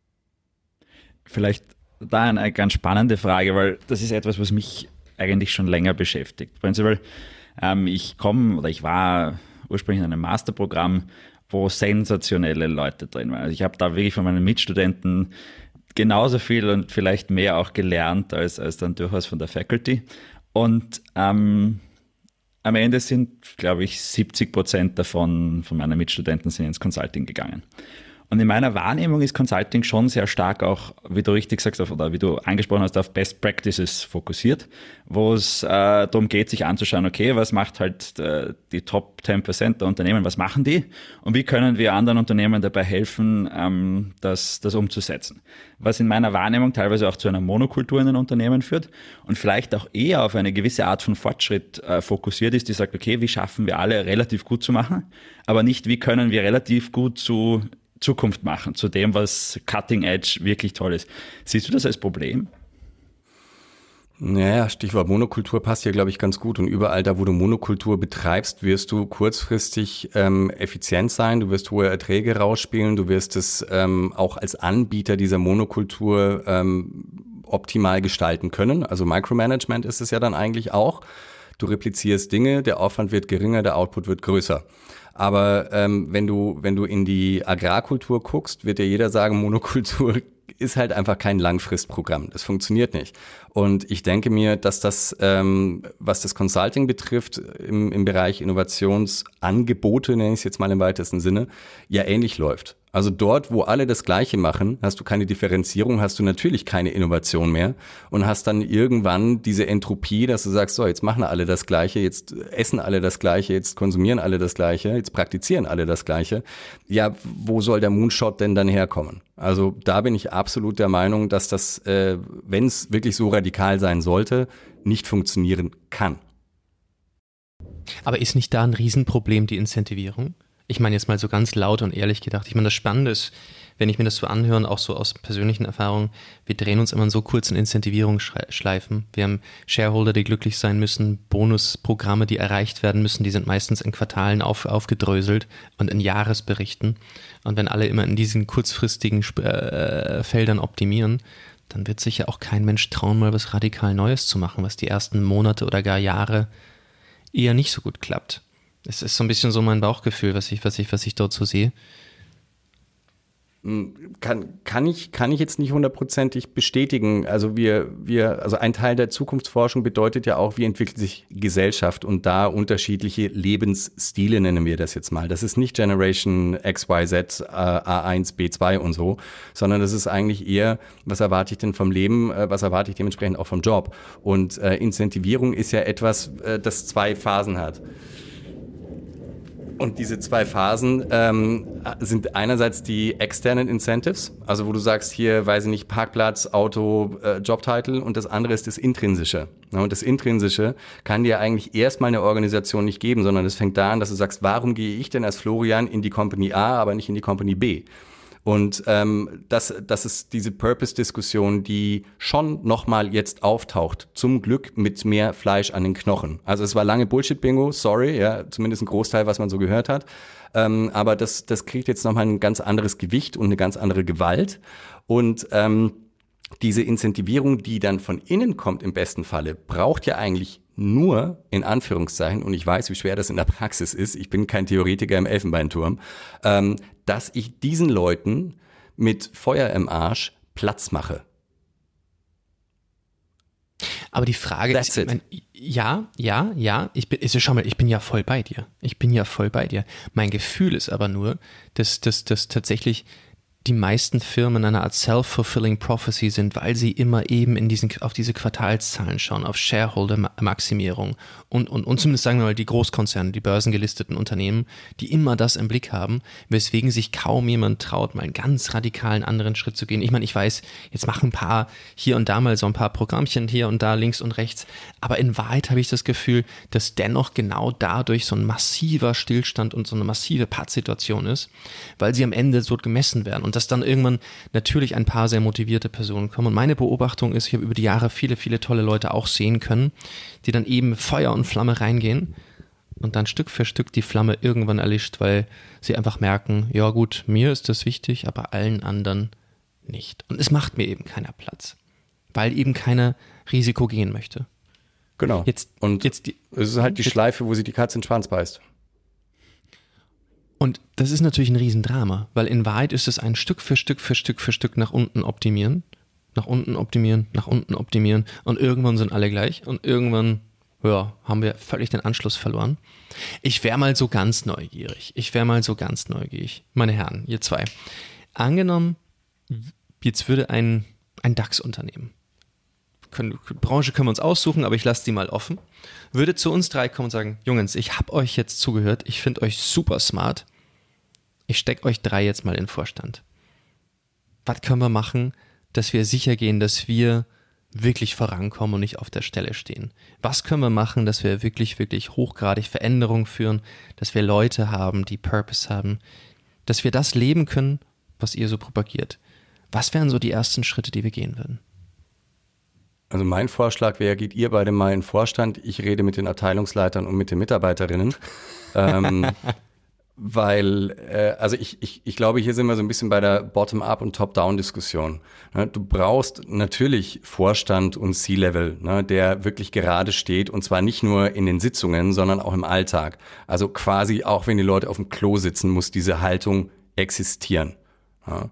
S2: Vielleicht da eine ganz spannende Frage, weil das ist etwas, was mich eigentlich schon länger beschäftigt. Prinzipiell, ähm, ich komme oder ich war ursprünglich in einem Masterprogramm, wo sensationelle Leute drin waren. Also ich habe da wirklich von meinen Mitstudenten genauso viel und vielleicht mehr auch gelernt als, als dann durchaus von der Faculty. Und ähm, am Ende sind, glaube ich, siebzig Prozent davon, von meinen Mitstudenten sind ins Consulting gegangen. Und in meiner Wahrnehmung ist Consulting schon sehr stark auch, wie du richtig sagst, auf, oder wie du angesprochen hast, auf Best Practices fokussiert, wo es äh, darum geht, sich anzuschauen, okay, was macht halt äh, die Top zehn Prozent der Unternehmen, was machen die und wie können wir anderen Unternehmen dabei helfen, ähm, das, das umzusetzen. Was in meiner Wahrnehmung teilweise auch zu einer Monokultur in den Unternehmen führt und vielleicht auch eher auf eine gewisse Art von Fortschritt äh, fokussiert ist, die sagt, okay, wie schaffen wir alle relativ gut zu machen, aber nicht, wie können wir relativ gut zu Zukunft machen, zu dem, was Cutting Edge wirklich toll ist. Siehst du das als Problem?
S3: Naja, Stichwort Monokultur passt hier, glaube ich, ganz gut. Und überall da, wo du Monokultur betreibst, wirst du kurzfristig ähm, effizient sein, du wirst hohe Erträge rausspielen, du wirst es ähm, auch als Anbieter dieser Monokultur ähm, optimal gestalten können. Also Micromanagement ist es ja dann eigentlich auch. Du replizierst Dinge, der Aufwand wird geringer, der Output wird größer. Aber ähm, wenn du wenn du in die Agrarkultur guckst, wird dir jeder sagen, Monokultur ist halt einfach kein Langfristprogramm. Das funktioniert nicht. Und ich denke mir, dass das, ähm, was das Consulting betrifft, im, im Bereich Innovationsangebote, nenne ich es jetzt mal im weitesten Sinne, ja ähnlich läuft. Also dort, wo alle das Gleiche machen, hast du keine Differenzierung, hast du natürlich keine Innovation mehr und hast dann irgendwann diese Entropie, dass du sagst, so, jetzt machen alle das Gleiche, jetzt essen alle das Gleiche, jetzt konsumieren alle das Gleiche, jetzt praktizieren alle das Gleiche. Ja, wo soll der Moonshot denn dann herkommen? Also da bin ich absolut der Meinung, dass das, äh, wenn es wirklich so radikal sein sollte, nicht funktionieren kann.
S1: Aber ist nicht da ein Riesenproblem die Incentivierung? Ich meine jetzt mal so ganz laut und ehrlich gedacht. Ich meine, das Spannende ist, wenn ich mir das so anhöre, auch so aus persönlichen Erfahrungen, wir drehen uns immer in so kurzen Incentivierungsschleifen. Wir haben Shareholder, die glücklich sein müssen, Bonusprogramme, die erreicht werden müssen, die sind meistens in Quartalen auf, aufgedröselt und in Jahresberichten. Und wenn alle immer in diesen kurzfristigen äh, Feldern optimieren, dann wird sich ja auch kein Mensch trauen, mal was radikal Neues zu machen, was die ersten Monate oder gar Jahre eher nicht so gut klappt. Es ist so ein bisschen so mein Bauchgefühl, was ich, was ich, was ich dort so sehe.
S3: Kann, kann ich, kann ich jetzt nicht hundertprozentig bestätigen. Also wir, wir, also ein Teil der Zukunftsforschung bedeutet ja auch, wie entwickelt sich Gesellschaft und da unterschiedliche Lebensstile nennen wir das jetzt mal. Das ist nicht Generation X Y Z, äh, A eins, B zwei und so, sondern das ist eigentlich eher, was erwarte ich denn vom Leben, äh, was erwarte ich dementsprechend auch vom Job. Und äh, Incentivierung ist ja etwas, äh, das zwei Phasen hat. Und diese zwei Phasen ähm, sind einerseits die externen Incentives, also wo du sagst, hier, weiß ich nicht, Parkplatz, Auto, äh, Jobtitel, und das andere ist das Intrinsische. Ja, und das Intrinsische kann dir eigentlich erstmal eine Organisation nicht geben, sondern es fängt da an, dass du sagst, warum gehe ich denn als Florian in die Company A, aber nicht in die Company B? Und ähm, das, das ist diese Purpose-Diskussion, die schon nochmal jetzt auftaucht. Zum Glück mit mehr Fleisch an den Knochen. Also es war lange Bullshit-Bingo, sorry, ja, zumindest ein Großteil, was man so gehört hat. Ähm, aber das, das kriegt jetzt nochmal ein ganz anderes Gewicht und eine ganz andere Gewalt. Und ähm, diese Incentivierung, die dann von innen kommt im besten Falle, braucht ja eigentlich nur, in Anführungszeichen, und ich weiß, wie schwer das in der Praxis ist, ich bin kein Theoretiker im Elfenbeinturm, ähm, dass ich diesen Leuten mit Feuer im Arsch Platz mache.
S1: Aber die Frage
S3: That's
S1: ist,
S3: it.
S1: mein, ja, ja, ja, ich bin, ist, schau mal, ich bin ja voll bei dir. Ich bin ja voll bei dir. Mein Gefühl ist aber nur, dass, dass, dass tatsächlich die meisten Firmen eine Art self-fulfilling prophecy sind, weil sie immer eben in diesen, auf diese Quartalszahlen schauen, auf Shareholder-Maximierung und, und, und zumindest sagen wir mal die Großkonzerne, die börsengelisteten Unternehmen, die immer das im Blick haben, weswegen sich kaum jemand traut, mal einen ganz radikalen anderen Schritt zu gehen. Ich meine, ich weiß, jetzt machen ein paar hier und da mal so ein paar Programmchen hier und da links und rechts, aber in Wahrheit habe ich das Gefühl, dass dennoch genau dadurch so ein massiver Stillstand und so eine massive Pattsituation ist, weil sie am Ende so gemessen werden und dass dann irgendwann natürlich ein paar sehr motivierte Personen kommen. Und meine Beobachtung ist, ich habe über die Jahre viele, viele tolle Leute auch sehen können, die dann eben Feuer und Flamme reingehen und dann Stück für Stück die Flamme irgendwann erlischt, weil sie einfach merken, ja gut, mir ist das wichtig, aber allen anderen nicht. Und es macht mir eben keiner Platz, weil eben keiner Risiko gehen möchte.
S3: Genau.
S1: Jetzt,
S3: und
S1: jetzt die,
S3: es ist halt die
S1: jetzt,
S3: Schleife, wo sie die Katze in den Schwanz beißt.
S1: Und das ist natürlich ein Riesendrama, weil in Wahrheit ist es ein Stück für Stück für Stück für Stück nach unten optimieren, nach unten optimieren, nach unten optimieren und irgendwann sind alle gleich und irgendwann, ja, haben wir völlig den Anschluss verloren. Ich wäre mal so ganz neugierig, ich wäre mal so ganz neugierig, meine Herren, ihr zwei. Angenommen, jetzt würde ein, ein DAX-Unternehmen, können, Branche können wir uns aussuchen, aber ich lasse die mal offen, würde zu uns drei kommen und sagen, Jungs, ich habe euch jetzt zugehört, ich finde euch super smart, ich stecke euch drei jetzt mal in den Vorstand. Was können wir machen, dass wir sicher gehen, dass wir wirklich vorankommen und nicht auf der Stelle stehen? Was können wir machen, dass wir wirklich, wirklich hochgradig Veränderungen führen, dass wir Leute haben, die Purpose haben, dass wir das leben können, was ihr so propagiert? Was wären so die ersten Schritte, die wir gehen würden?
S3: Also mein Vorschlag wäre, geht ihr beide mal in den Vorstand, ich rede mit den Abteilungsleitern und mit den Mitarbeiterinnen, ähm, weil, äh, also ich, ich, ich glaube, hier sind wir so ein bisschen bei der Bottom-up- und Top-down-Diskussion. Ne? Du brauchst natürlich Vorstand und C-Level, ne, der wirklich gerade steht und zwar nicht nur in den Sitzungen, sondern auch im Alltag. Also quasi auch wenn die Leute auf dem Klo sitzen, muss diese Haltung existieren. Ja?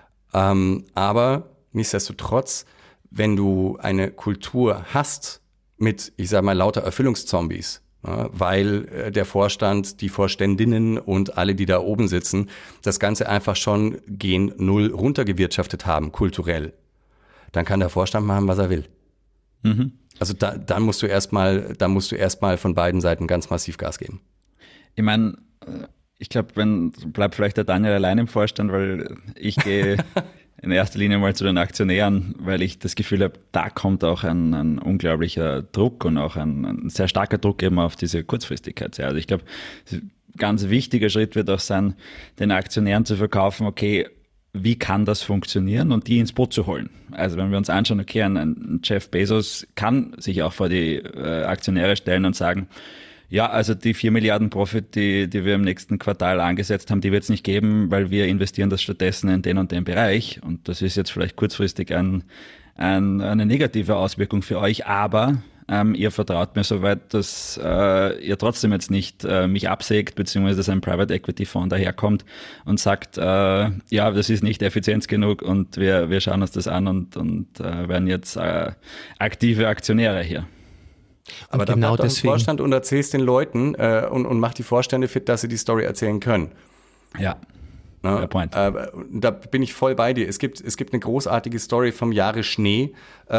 S3: Ähm, aber nichtsdestotrotz, wenn du eine Kultur hast mit, ich sage mal, lauter Erfüllungszombies, ja, weil äh, der Vorstand, die Vorständinnen und alle, die da oben sitzen, das Ganze einfach schon gen Null runtergewirtschaftet haben, kulturell, dann kann der Vorstand machen, was er will. Mhm. Also da, dann musst du erstmal, da musst du erstmal von beiden Seiten ganz massiv Gas geben.
S2: Ich meine, ich glaube, wenn bleibt vielleicht der Daniel allein im Vorstand, weil ich gehe in erster Linie mal zu den Aktionären, weil ich das Gefühl habe, da kommt auch ein, ein unglaublicher Druck und auch ein, ein sehr starker Druck eben auf diese Kurzfristigkeit. Also ich glaube, ein ganz wichtiger Schritt wird auch sein, den Aktionären zu verkaufen, okay, wie kann das funktionieren und die ins Boot zu holen. Also wenn wir uns anschauen, okay, ein, ein Jeff Bezos kann sich auch vor die äh, Aktionäre stellen und sagen, ja, also die vier Milliarden Profit, die, die wir im nächsten Quartal angesetzt haben, die wird es nicht geben, weil wir investieren das stattdessen in den und den Bereich. Und das ist jetzt vielleicht kurzfristig ein, ein, eine negative Auswirkung für euch, aber ähm, ihr vertraut mir soweit, dass äh, ihr trotzdem jetzt nicht äh, mich absägt, beziehungsweise dass ein Private Equity Fonds daherkommt und sagt, äh, ja, das ist nicht effizient genug und wir, wir schauen uns das an und, und äh, werden jetzt äh, aktive Aktionäre hier.
S3: Aber
S1: und
S3: dann
S1: genau
S3: bleib doch im
S1: deswegen
S3: Vorstand und erzählst den Leuten äh, und, und mach die Vorstände fit, dass sie die Story erzählen können.
S2: Ja,
S3: ne? Point. Äh, da bin ich voll bei dir. Es gibt, es gibt eine großartige Story vom Jahre Schnee.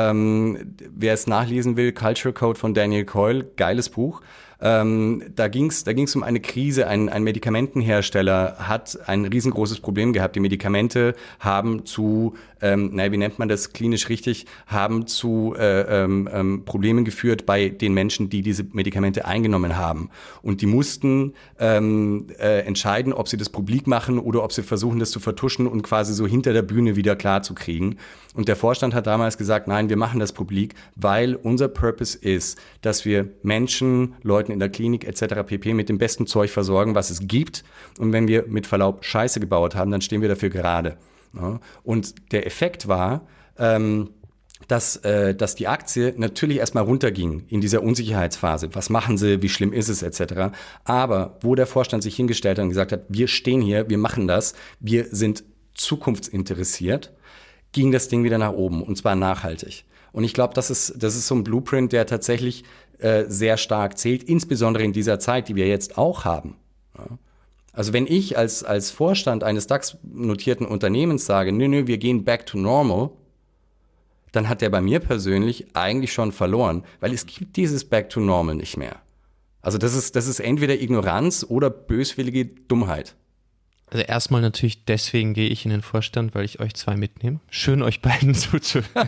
S3: Ähm, wer es nachlesen will, Culture Code von Daniel Coyle, geiles Buch. Ähm, da ging's, da ging's um eine Krise. Ein, ein Medikamentenhersteller hat ein riesengroßes Problem gehabt. Die Medikamente haben zu, ähm, naja, wie nennt man das klinisch richtig, haben zu äh, ähm, Problemen geführt bei den Menschen, die diese Medikamente eingenommen haben. Und die mussten ähm, äh, entscheiden, ob sie das publik machen oder ob sie versuchen, das zu vertuschen und quasi so hinter der Bühne wieder klar zu kriegen. Und der Vorstand hat damals gesagt, nein, wir machen das publik, weil unser Purpose ist, dass wir Menschen, Leuten in der Klinik et cetera pp. Mit dem besten Zeug versorgen, was es gibt. Und wenn wir mit Verlaub Scheiße gebaut haben, dann stehen wir dafür gerade. Ja? Und der Effekt war, ähm, dass, äh, dass die Aktie natürlich erstmal runterging in dieser Unsicherheitsphase. Was machen sie, wie schlimm ist es et cetera. Aber wo der Vorstand sich hingestellt hat und gesagt hat, wir stehen hier, wir machen das, wir sind zukunftsinteressiert, ging das Ding wieder nach oben und zwar nachhaltig. Und ich glaube, das ist, das ist so ein Blueprint, der tatsächlich äh, sehr stark zählt, insbesondere in dieser Zeit, die wir jetzt auch haben. Ja. Also wenn ich als, als Vorstand eines DAX-notierten Unternehmens sage, nö, nö, wir gehen back to normal, dann hat der bei mir persönlich eigentlich schon verloren, weil es gibt dieses back to normal nicht mehr. Also das ist, das ist entweder Ignoranz oder böswillige Dummheit.
S1: Also erstmal natürlich, deswegen gehe ich in den Vorstand, weil ich euch zwei mitnehme. Schön, euch beiden zuzuhören.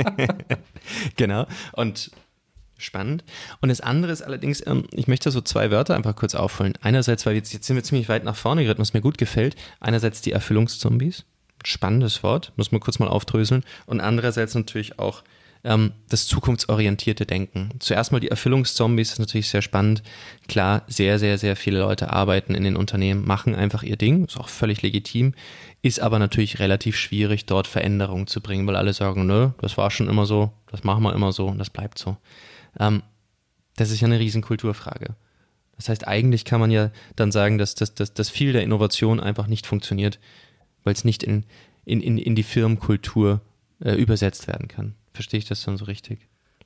S1: Genau. Und spannend. Und das andere ist allerdings, ähm, ich möchte so zwei Wörter einfach kurz aufholen. Einerseits, weil jetzt, jetzt sind wir ziemlich weit nach vorne geritten, was mir gut gefällt. Einerseits die Erfüllungszombies. Spannendes Wort, muss man kurz mal aufdröseln. Und andererseits natürlich auch ähm, das zukunftsorientierte Denken. Zuerst mal die Erfüllungszombies, ist natürlich sehr spannend. Klar, sehr, sehr, sehr viele Leute arbeiten in den Unternehmen, machen einfach ihr Ding, ist auch völlig legitim, ist aber natürlich relativ schwierig, dort Veränderungen zu bringen, weil alle sagen, nö, das war schon immer so, das machen wir immer so und das bleibt so. Ähm, das ist ja eine riesen Kulturfrage. Das heißt, eigentlich kann man ja dann sagen, dass, dass, dass, dass viel der Innovation einfach nicht funktioniert, weil es nicht in, in, in, in die Firmenkultur äh, übersetzt werden kann. Verstehe ich das dann so richtig?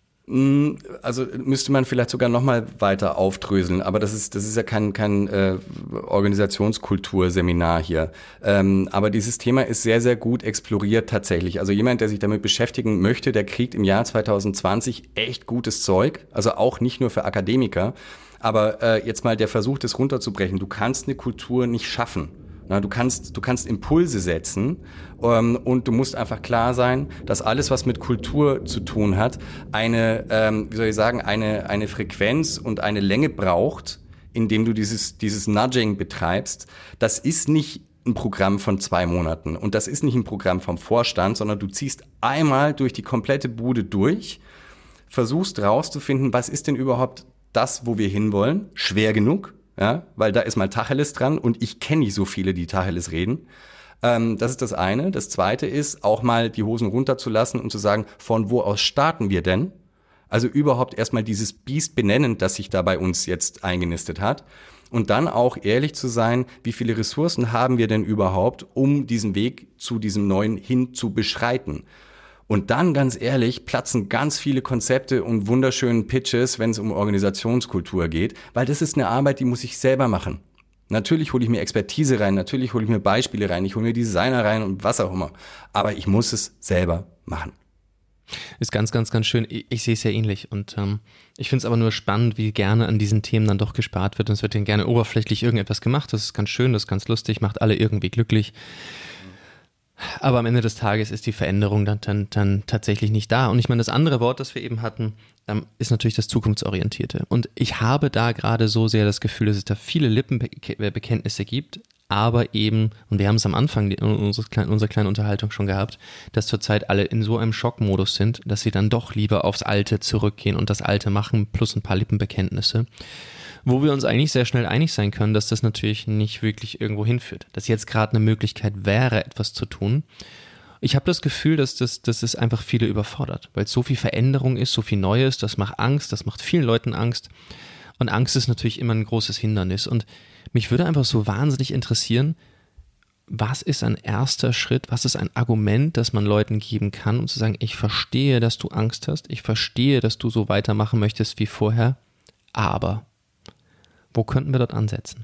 S3: Also müsste man vielleicht sogar noch mal weiter aufdröseln, aber das ist das ist ja kein kein äh, Organisationskulturseminar hier. Ähm, aber dieses Thema ist sehr sehr gut exploriert tatsächlich. Also jemand, der sich damit beschäftigen möchte, der kriegt im Jahr zwanzig zwanzig echt gutes Zeug. Also auch nicht nur für Akademiker. Aber äh, jetzt mal der Versuch, das runterzubrechen. Du kannst eine Kultur nicht schaffen. Na, du kannst, du kannst Impulse setzen ähm, und du musst einfach klar sein, dass alles, was mit Kultur zu tun hat, eine, ähm, wie soll ich sagen, eine, eine Frequenz und eine Länge braucht, indem du dieses, dieses Nudging betreibst. Das ist nicht ein Programm von zwei Monaten und das ist nicht ein Programm vom Vorstand, sondern du ziehst einmal durch die komplette Bude durch, versuchst rauszufinden, was ist denn überhaupt das, wo wir hinwollen, schwer genug. Ja, weil da ist mal Tacheles dran und ich kenne nicht so viele, die Tacheles reden. Ähm, das ist das eine. Das zweite ist, auch mal die Hosen runterzulassen und zu sagen, von wo aus starten wir denn? Also überhaupt erstmal dieses Biest benennen, das sich da bei uns jetzt eingenistet hat. Und dann auch ehrlich zu sein, wie viele Ressourcen haben wir denn überhaupt, um diesen Weg zu diesem Neuen hin zu beschreiten? Und dann, ganz ehrlich, platzen ganz viele Konzepte und wunderschönen Pitches, wenn es um Organisationskultur geht, weil das ist eine Arbeit, die muss ich selber machen. Natürlich hole ich mir Expertise rein, natürlich hole ich mir Beispiele rein, ich hole mir Designer rein und was auch immer. Aber ich muss es selber machen.
S1: Ist ganz, ganz, ganz schön. Ich, ich sehe es ja ähnlich und ähm, ich finde es aber nur spannend, wie gerne an diesen Themen dann doch gespart wird und es wird dann gerne oberflächlich irgendetwas gemacht. Das ist ganz schön, das ist ganz lustig, macht alle irgendwie glücklich. Aber am Ende des Tages ist die Veränderung dann, dann, dann tatsächlich nicht da. Und ich meine, das andere Wort, das wir eben hatten, ähm, ist natürlich das Zukunftsorientierte. Und ich habe da gerade so sehr das Gefühl, dass es da viele Lippenbekenntnisse gibt, aber eben, und wir haben es am Anfang unserer kleinen, unserer kleinen Unterhaltung schon gehabt, dass zurzeit alle in so einem Schockmodus sind, dass sie dann doch lieber aufs Alte zurückgehen und das Alte machen, plus ein paar Lippenbekenntnisse. Wo wir uns eigentlich sehr schnell einig sein können, dass das natürlich nicht wirklich irgendwo hinführt. Dass jetzt gerade eine Möglichkeit wäre, etwas zu tun. Ich habe das Gefühl, dass das, dass es einfach viele überfordert, weil es so viel Veränderung ist, so viel Neues, das macht Angst, das macht vielen Leuten Angst. Und Angst ist natürlich immer ein großes Hindernis. Und mich würde einfach so wahnsinnig interessieren, was ist ein erster Schritt, was ist ein Argument, das man Leuten geben kann, um zu sagen, ich verstehe, dass du Angst hast, ich verstehe, dass du so weitermachen möchtest wie vorher, aber wo könnten wir dort ansetzen?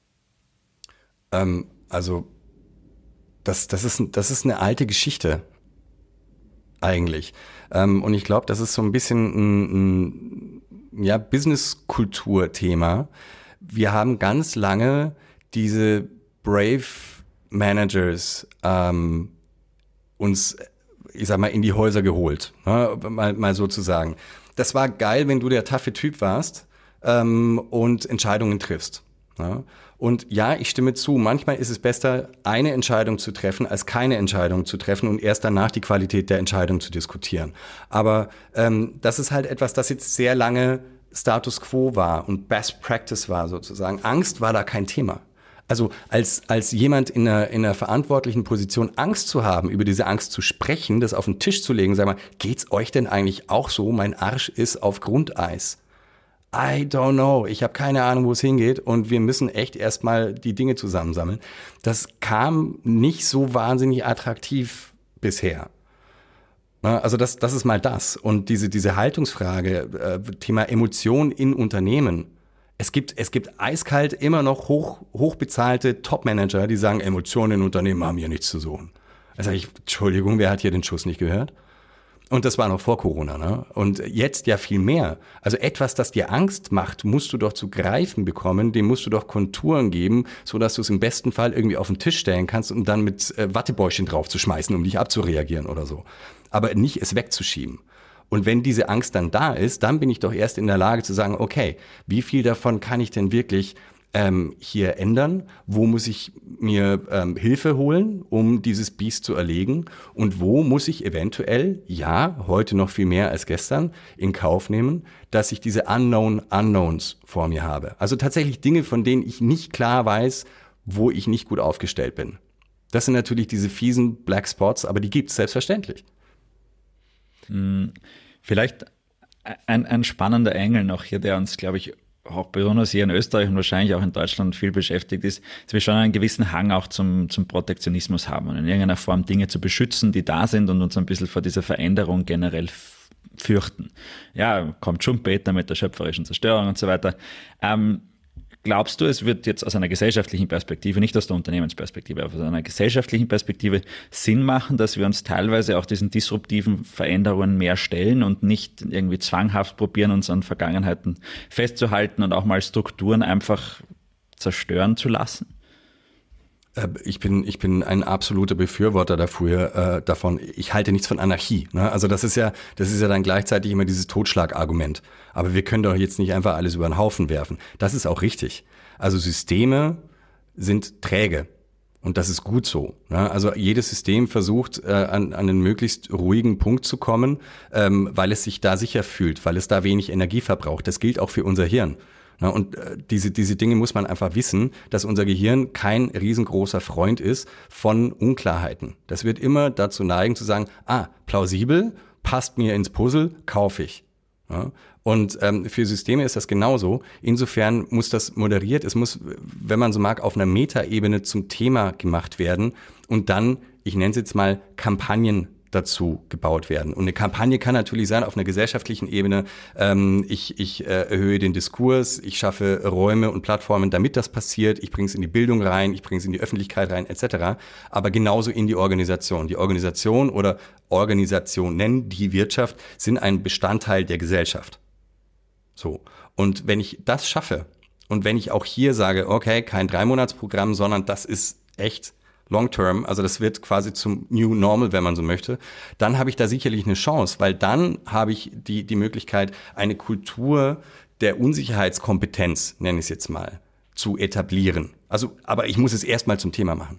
S3: Ähm, also, das, das, ist, das ist eine alte Geschichte, eigentlich. Ähm, und ich glaube, das ist so ein bisschen ein, ein ja, Business-Kultur-Thema. Wir haben ganz lange diese Brave Managers ähm, uns, ich sag mal, in die Häuser geholt, ne? mal, mal so zu sagen. Das war geil, wenn du der taffe Typ warst, und Entscheidungen triffst. Ja? Und ja, ich stimme zu, manchmal ist es besser, eine Entscheidung zu treffen, als keine Entscheidung zu treffen und erst danach die Qualität der Entscheidung zu diskutieren. Aber ähm, das ist halt etwas, das jetzt sehr lange Status Quo war und Best Practice war sozusagen. Angst war da kein Thema. Also als als jemand in einer, in einer verantwortlichen Position Angst zu haben, über diese Angst zu sprechen, das auf den Tisch zu legen, sag mal, geht's euch denn eigentlich auch so? Mein Arsch ist auf Grundeis. I don't know, ich habe keine Ahnung, wo es hingeht und wir müssen echt erstmal die Dinge zusammensammeln. Das kam nicht so wahnsinnig attraktiv bisher. Also das, das ist mal das. Und diese, diese Haltungsfrage, äh, Thema Emotion in Unternehmen, Es gibt, es gibt eiskalt immer noch hoch, hochbezahlte Top-Manager, die sagen, Emotionen in Unternehmen haben hier nichts zu suchen. Da sage ich, Entschuldigung, wer hat hier den Schuss nicht gehört? Und das war noch vor Corona, ne? Und jetzt ja viel mehr. Also etwas, das dir Angst macht, musst du doch zu greifen bekommen, dem musst du doch Konturen geben, so dass du es im besten Fall irgendwie auf den Tisch stellen kannst und dann mit äh, Wattebäuschen drauf zu schmeißen, um dich abzureagieren oder so. Aber nicht es wegzuschieben. Und wenn diese Angst dann da ist, dann bin ich doch erst in der Lage zu sagen, okay, wie viel davon kann ich denn wirklich ähm, hier ändern? Wo muss ich mir ähm, Hilfe holen, um dieses Biest zu erlegen? Und wo muss ich eventuell, ja, heute noch viel mehr als gestern, in Kauf nehmen, dass ich diese Unknown Unknowns vor mir habe? Also tatsächlich Dinge, von denen ich nicht klar weiß, wo ich nicht gut aufgestellt bin. Das sind natürlich diese fiesen Black Spots, aber die gibt's selbstverständlich.
S2: Vielleicht ein, ein spannender Engel noch hier, der uns, glaube ich, auch besonders hier in Österreich und wahrscheinlich auch in Deutschland viel beschäftigt ist, dass wir schon einen gewissen Hang auch zum, zum Protektionismus haben und in irgendeiner Form Dinge zu beschützen, die da sind und uns ein bisschen vor dieser Veränderung generell fürchten. Ja, kommt Schumpeter mit der schöpferischen Zerstörung und so weiter. Ähm, Glaubst du, es wird jetzt aus einer gesellschaftlichen Perspektive, nicht aus der Unternehmensperspektive, aber aus einer gesellschaftlichen Perspektive Sinn machen, dass wir uns teilweise auch diesen disruptiven Veränderungen mehr stellen und nicht irgendwie zwanghaft probieren, uns an Vergangenheiten festzuhalten und auch mal Strukturen einfach zerstören zu lassen?
S3: Ich bin, ich bin ein absoluter Befürworter dafür, äh, davon. Ich halte nichts von Anarchie. Ne? Also das ist ja, das ist ja dann gleichzeitig immer dieses Totschlagargument. Aber wir können doch jetzt nicht einfach alles über den Haufen werfen. Das ist auch richtig. Also Systeme sind träge. Und das ist gut so. Ne? Also jedes System versucht, äh, an, an einen möglichst ruhigen Punkt zu kommen, ähm, weil es sich da sicher fühlt, weil es da wenig Energie verbraucht. Das gilt auch für unser Hirn. Na, und äh, diese, diese Dinge muss man einfach wissen, dass unser Gehirn kein riesengroßer Freund ist von Unklarheiten. Das wird immer dazu neigen zu sagen, ah, plausibel, passt mir ins Puzzle, kaufe ich. Ja? Und ähm, für Systeme ist das genauso. Insofern muss das moderiert, es muss, wenn man so mag, auf einer Metaebene zum Thema gemacht werden und dann, ich nenne es jetzt mal, Kampagnen dazu gebaut werden. Und eine Kampagne kann natürlich sein auf einer gesellschaftlichen Ebene, ähm, ich, ich äh, erhöhe den Diskurs, ich schaffe Räume und Plattformen, damit das passiert, ich bringe es in die Bildung rein, ich bringe es in die Öffentlichkeit rein, et cetera. Aber genauso in die Organisation. Die Organisation oder Organisationen, die Wirtschaft, sind ein Bestandteil der Gesellschaft. So. Und wenn ich das schaffe und wenn ich auch hier sage, okay, kein Dreimonatsprogramm, sondern das ist echt Long-Term, also das wird quasi zum New Normal, wenn man so möchte, dann habe ich da sicherlich eine Chance, weil dann habe ich die, die Möglichkeit, eine Kultur der Unsicherheitskompetenz, nenne ich es jetzt mal, zu etablieren. Also, aber ich muss es erstmal zum Thema machen.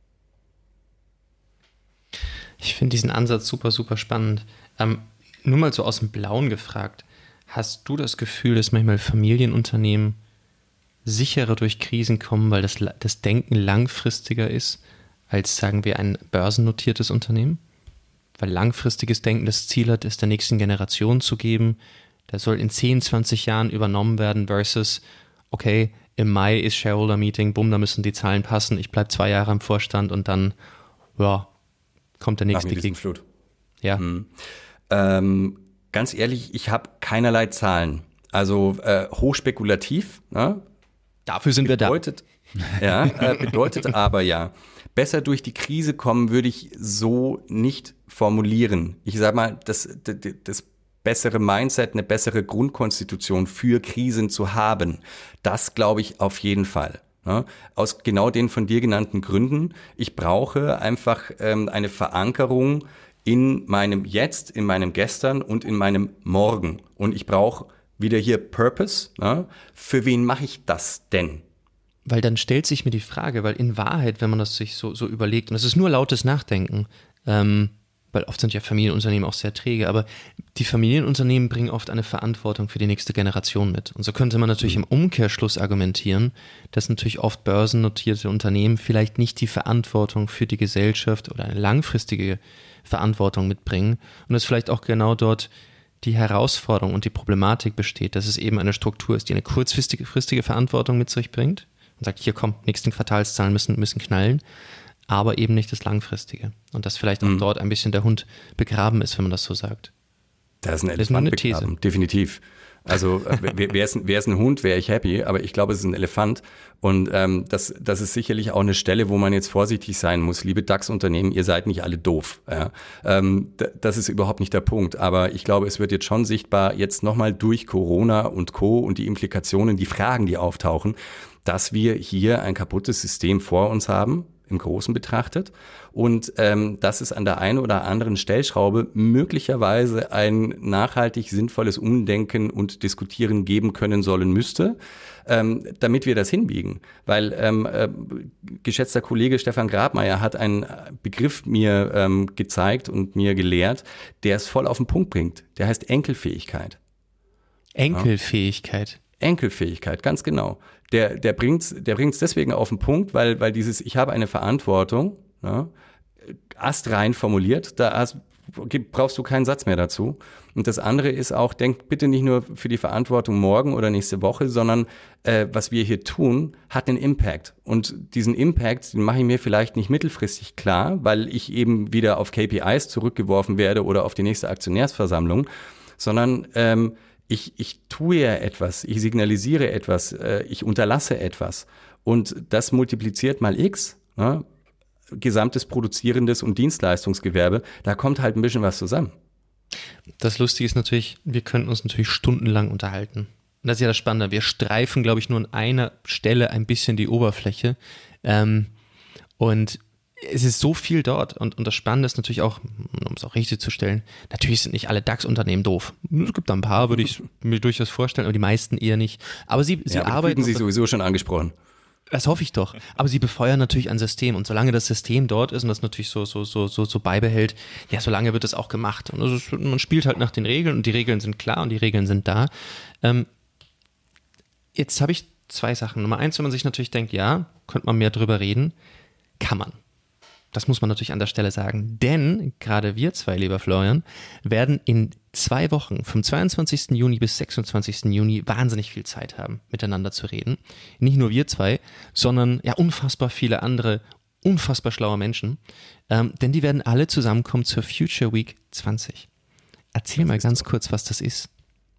S1: Ich finde diesen Ansatz super, super spannend. Ähm, nur mal so aus dem Blauen gefragt, hast du das Gefühl, dass manchmal Familienunternehmen sicherer durch Krisen kommen, weil das, das Denken langfristiger ist, als, sagen wir, ein börsennotiertes Unternehmen? Weil langfristiges Denken das Ziel hat, es der nächsten Generation zu geben. Das soll in zehn, zwanzig Jahren übernommen werden versus, okay, im Mai ist Shareholder-Meeting, bumm, da müssen die Zahlen passen, ich bleibe zwei Jahre im Vorstand und dann, ja, kommt der nächste Krieg.
S3: Flut.
S1: Ja.
S3: Hm. Ähm, ganz ehrlich, ich habe keinerlei Zahlen. Also äh, hochspekulativ, ne?
S1: Dafür sind
S3: bedeutet, wir da. Ja, äh, bedeutet aber ja, besser durch die Krise kommen würde ich so nicht formulieren. Ich sag mal, das, das, das bessere Mindset, eine bessere Grundkonstitution für Krisen zu haben, das glaube ich auf jeden Fall. Ja, aus genau den von dir genannten Gründen. Ich brauche einfach ähm, eine Verankerung in meinem Jetzt, in meinem Gestern und in meinem Morgen. Und ich brauche wieder hier Purpose. Ja? Für wen mache ich das denn?
S1: Weil dann stellt sich mir die Frage, weil in Wahrheit, wenn man das sich so, so überlegt, und das ist nur lautes Nachdenken, ähm, weil oft sind ja Familienunternehmen auch sehr träge, aber die Familienunternehmen bringen oft eine Verantwortung für die nächste Generation mit. Und so könnte man natürlich mhm. im Umkehrschluss argumentieren, dass natürlich oft börsennotierte Unternehmen vielleicht nicht die Verantwortung für die Gesellschaft oder eine langfristige Verantwortung mitbringen und es vielleicht auch genau dort die Herausforderung und die Problematik besteht, dass es eben eine Struktur ist, die eine kurzfristige fristige Verantwortung mit sich bringt und sagt, hier komm, nächsten Quartalszahlen müssen, müssen knallen, aber eben nicht das Langfristige. Und dass vielleicht auch mhm. dort ein bisschen der Hund begraben ist, wenn man das so sagt.
S3: Da ist ein Elefant begraben, definitiv. Also wäre es wär es ein Hund, wäre ich happy, aber ich glaube, es ist ein Elefant. Und ähm, das, das ist sicherlich auch eine Stelle, wo man jetzt vorsichtig sein muss. Liebe DAX-Unternehmen, ihr seid nicht alle doof. Ja? Ähm, d- das ist überhaupt nicht der Punkt. Aber ich glaube, es wird jetzt schon sichtbar, jetzt nochmal durch Corona und Co. und die Implikationen, die Fragen, die auftauchen, dass wir hier ein kaputtes System vor uns haben, im Großen betrachtet, und ähm, dass es an der einen oder anderen Stellschraube möglicherweise ein nachhaltig sinnvolles Umdenken und Diskutieren geben können sollen müsste, ähm, damit wir das hinbiegen. Weil ähm, äh, geschätzter Kollege Stefan Grabmeier hat einen Begriff mir ähm, gezeigt und mir gelehrt, der es voll auf den Punkt bringt. Der heißt Enkelfähigkeit.
S1: Enkelfähigkeit.
S3: Enkelfähigkeit, ganz genau. Der, der bringt's, der bringt's deswegen auf den Punkt, weil, weil dieses, ich habe eine Verantwortung, ja, astrein formuliert, da hast, brauchst du keinen Satz mehr dazu. Und das andere ist auch, denk bitte nicht nur für die Verantwortung morgen oder nächste Woche, sondern äh, was wir hier tun, hat einen Impact. Und diesen Impact, den mache ich mir vielleicht nicht mittelfristig klar, weil ich eben wieder auf K P Is zurückgeworfen werde oder auf die nächste Aktionärsversammlung, sondern ähm, Ich, ich tue ja etwas, ich signalisiere etwas, äh, ich unterlasse etwas und das multipliziert mal X, ne? Gesamtes produzierendes und Dienstleistungsgewerbe, da kommt halt ein bisschen was zusammen.
S1: Das Lustige ist natürlich, wir könnten uns natürlich stundenlang unterhalten. Und das ist ja das Spannende. Wir streifen, glaube ich, nur an einer Stelle ein bisschen die Oberfläche. Ähm, und es ist so viel dort. Und, und das Spannende ist natürlich auch, um es auch richtig zu stellen, natürlich sind nicht alle DAX-Unternehmen doof. Es gibt da ein paar, würde ich mir durchaus vorstellen, aber die meisten eher nicht. Aber sie, sie
S3: ja, aber
S1: arbeiten.
S3: Sie sowieso schon angesprochen.
S1: Das hoffe ich doch. Aber sie befeuern natürlich ein System. Und solange das System dort ist und das natürlich so, so, so, so, so beibehält, ja, solange wird es auch gemacht. Und ist, man spielt halt nach den Regeln und die Regeln sind klar und die Regeln sind da. Ähm, jetzt habe ich zwei Sachen. Nummer eins, wenn man sich natürlich denkt, ja, könnte man mehr drüber reden, kann man. Das muss man natürlich an der Stelle sagen. Denn gerade wir zwei, lieber Florian, werden in zwei Wochen, vom zweiundzwanzigsten Juni bis sechsundzwanzigsten Juni, wahnsinnig viel Zeit haben, miteinander zu reden. Nicht nur wir zwei, sondern ja unfassbar viele andere, unfassbar schlaue Menschen. Ähm, denn die werden alle zusammenkommen zur Future Week zwanzig. Erzähl mal ganz kurz, was das ist.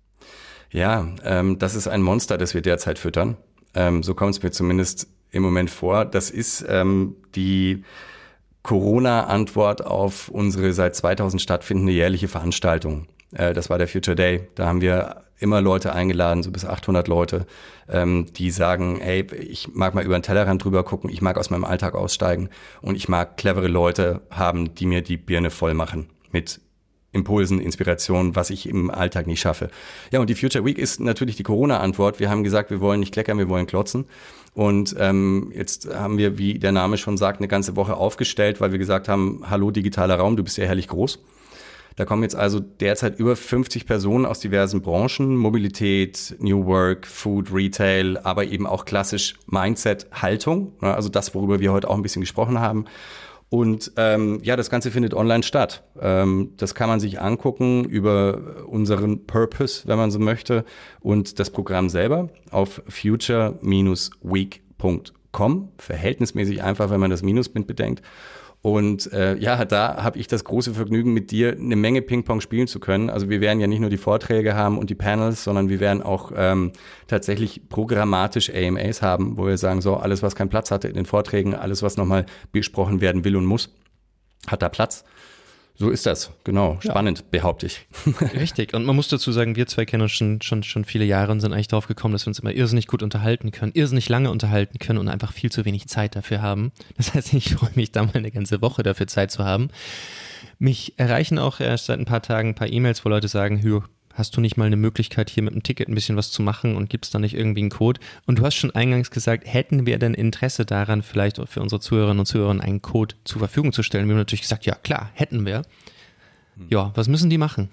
S3: Ja, ähm, das ist ein Monster, das wir derzeit füttern. Ähm, so kommt es mir zumindest im Moment vor. Das ist ähm, die Corona-Antwort auf unsere seit zweitausend stattfindende jährliche Veranstaltung. Äh, das war der Future Day. Da haben wir immer Leute eingeladen, so bis achthundert Leute, ähm, die sagen, ey, ich mag mal über den Tellerrand drüber gucken, ich mag aus meinem Alltag aussteigen und ich mag clevere Leute haben, die mir die Birne voll machen mit Impulsen, Inspirationen, was ich im Alltag nicht schaffe. Ja, und die Future Week ist natürlich die Corona-Antwort. Wir haben gesagt, wir wollen nicht kleckern, wir wollen klotzen. Und ähm, jetzt haben wir, wie der Name schon sagt, eine ganze Woche aufgestellt, weil wir gesagt haben, hallo digitaler Raum, du bist ja herrlich groß. Da kommen jetzt also derzeit über fünfzig Personen aus diversen Branchen, Mobilität, New Work, Food, Retail, aber eben auch klassisch Mindset, Haltung, also das, worüber wir heute auch ein bisschen gesprochen haben. Und ähm, ja, das Ganze findet online statt. Ähm, das kann man sich angucken über unseren Purpose, wenn man so möchte, und das Programm selber auf future week punkt com. Verhältnismäßig einfach, wenn man das Minus mit bedenkt. Und äh, ja, da habe ich das große Vergnügen, mit dir eine Menge Ping-Pong spielen zu können. Also wir werden ja nicht nur die Vorträge haben und die Panels, sondern wir werden auch ähm, tatsächlich programmatisch A M As haben, wo wir sagen, so alles, was keinen Platz hatte in den Vorträgen, alles, was nochmal besprochen werden will und muss, hat da Platz. So ist das, genau. Spannend, ja. Behaupte ich.
S1: Richtig. Und man muss dazu sagen, wir zwei kennen uns schon, schon, schon viele Jahre und sind eigentlich darauf gekommen, dass wir uns immer irrsinnig gut unterhalten können, irrsinnig lange unterhalten können und einfach viel zu wenig Zeit dafür haben. Das heißt, ich freue mich, da mal eine ganze Woche dafür Zeit zu haben. Mich erreichen auch erst seit ein paar Tagen ein paar E-Mails, wo Leute sagen, Hü, hast du nicht mal eine Möglichkeit, hier mit dem Ticket ein bisschen was zu machen und gibt es da nicht irgendwie einen Code? Und du hast schon eingangs gesagt, hätten wir denn Interesse daran, vielleicht auch für unsere Zuhörerinnen und Zuhörer einen Code zur Verfügung zu stellen? Wir haben natürlich gesagt, ja klar, hätten wir. Ja, was müssen die machen?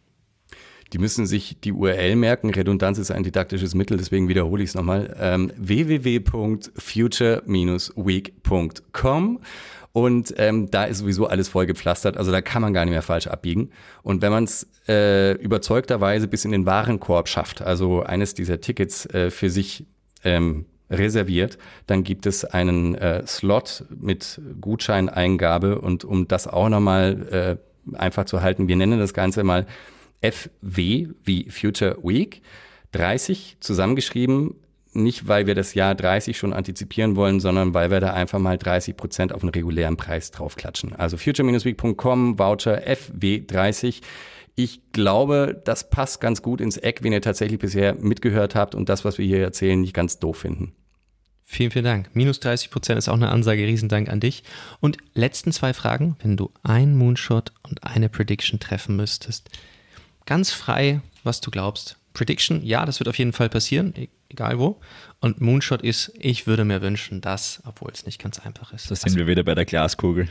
S3: Die müssen sich die U R L merken. Redundanz ist ein didaktisches Mittel, deswegen wiederhole ich es nochmal. Ähm, w w w punkt future week punkt com. Und ähm, da ist sowieso alles voll gepflastert, also da kann man gar nicht mehr falsch abbiegen. Und wenn man es äh, überzeugterweise bis in den Warenkorb schafft, also eines dieser Tickets äh, für sich ähm, reserviert, dann gibt es einen äh, Slot mit Gutscheineingabe. Und um das auch nochmal äh, einfach zu halten, wir nennen das Ganze mal F W wie Future Week, dreißig zusammengeschrieben, nicht weil wir das Jahr dreißig schon antizipieren wollen, sondern weil wir da einfach mal dreißig Prozent auf den regulären Preis draufklatschen. Also future week punkt com, Voucher F W dreißig. Ich glaube, das passt ganz gut ins Eck, wenn ihr tatsächlich bisher mitgehört habt und das, was wir hier erzählen, nicht ganz doof finden.
S1: Vielen, vielen Dank. Minus dreißig Prozent ist auch eine Ansage. Riesendank an dich. Und letzten zwei Fragen. Wenn du einen Moonshot und eine Prediction treffen müsstest, ganz frei, was du glaubst. Prediction, ja, das wird auf jeden Fall passieren, egal wo. Und Moonshot ist, ich würde mir wünschen, dass, obwohl es nicht ganz einfach ist.
S2: Da sind also, wir wieder bei der Glaskugel.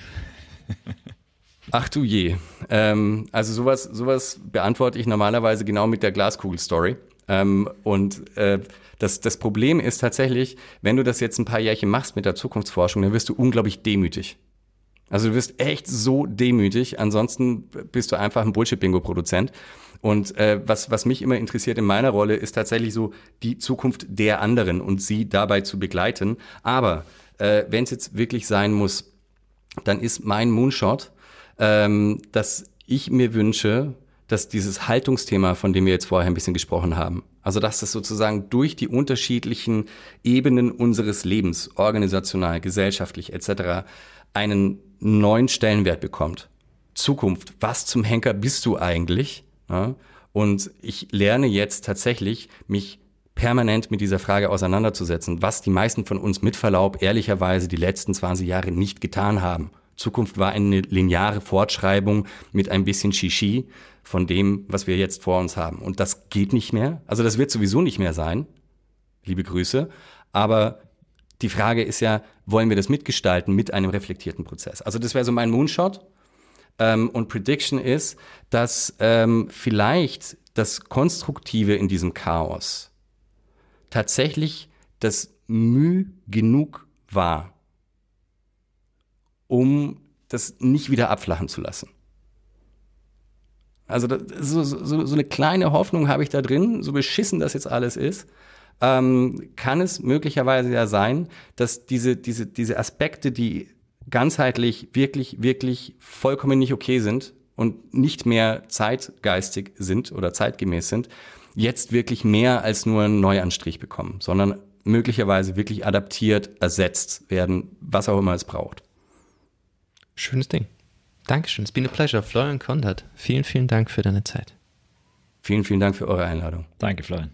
S3: Ach du je. Ähm, also sowas, sowas beantworte ich normalerweise genau mit der Glaskugel-Story. Ähm, und äh, das, das Problem ist tatsächlich, wenn du das jetzt ein paar Jährchen machst mit der Zukunftsforschung, dann wirst du unglaublich demütig. Also du wirst echt so demütig, ansonsten bist du einfach ein Bullshit-Bingo-Produzent. Und äh, was, was mich immer interessiert in meiner Rolle, ist tatsächlich so die Zukunft der anderen und sie dabei zu begleiten. Aber äh, wenn es jetzt wirklich sein muss, dann ist mein Moonshot, ähm, dass ich mir wünsche, dass dieses Haltungsthema, von dem wir jetzt vorher ein bisschen gesprochen haben, also dass das sozusagen durch die unterschiedlichen Ebenen unseres Lebens, organisational, gesellschaftlich et cetera, einen neuen Stellenwert bekommt. Zukunft, was zum Henker bist du eigentlich? Ja? Und ich lerne jetzt tatsächlich, mich permanent mit dieser Frage auseinanderzusetzen, was die meisten von uns mit Verlaub ehrlicherweise die letzten zwanzig Jahre nicht getan haben. Zukunft war eine lineare Fortschreibung mit ein bisschen Shishi von dem, was wir jetzt vor uns haben. Und das geht nicht mehr. Also das wird sowieso nicht mehr sein. Liebe Grüße. Aber die Frage ist ja, wollen wir das mitgestalten mit einem reflektierten Prozess? Also das wäre so mein Moonshot. Ähm, und Prediction ist, dass ähm, vielleicht das Konstruktive in diesem Chaos tatsächlich das Mühe genug war, um das nicht wieder abflachen zu lassen. Also das, so, so, so eine kleine Hoffnung habe ich da drin, so beschissen das jetzt alles ist, ähm, kann es möglicherweise ja sein, dass diese, diese, diese Aspekte, die ganzheitlich wirklich, wirklich vollkommen nicht okay sind und nicht mehr zeitgeistig sind oder zeitgemäß sind, jetzt wirklich mehr als nur einen Neuanstrich bekommen, sondern möglicherweise wirklich adaptiert, ersetzt werden, was auch immer es braucht.
S1: Schönes Ding. Dankeschön. It's been a pleasure. Florian Kondert, vielen, vielen Dank für deine Zeit.
S3: Vielen, vielen Dank für eure Einladung.
S2: Danke, Florian.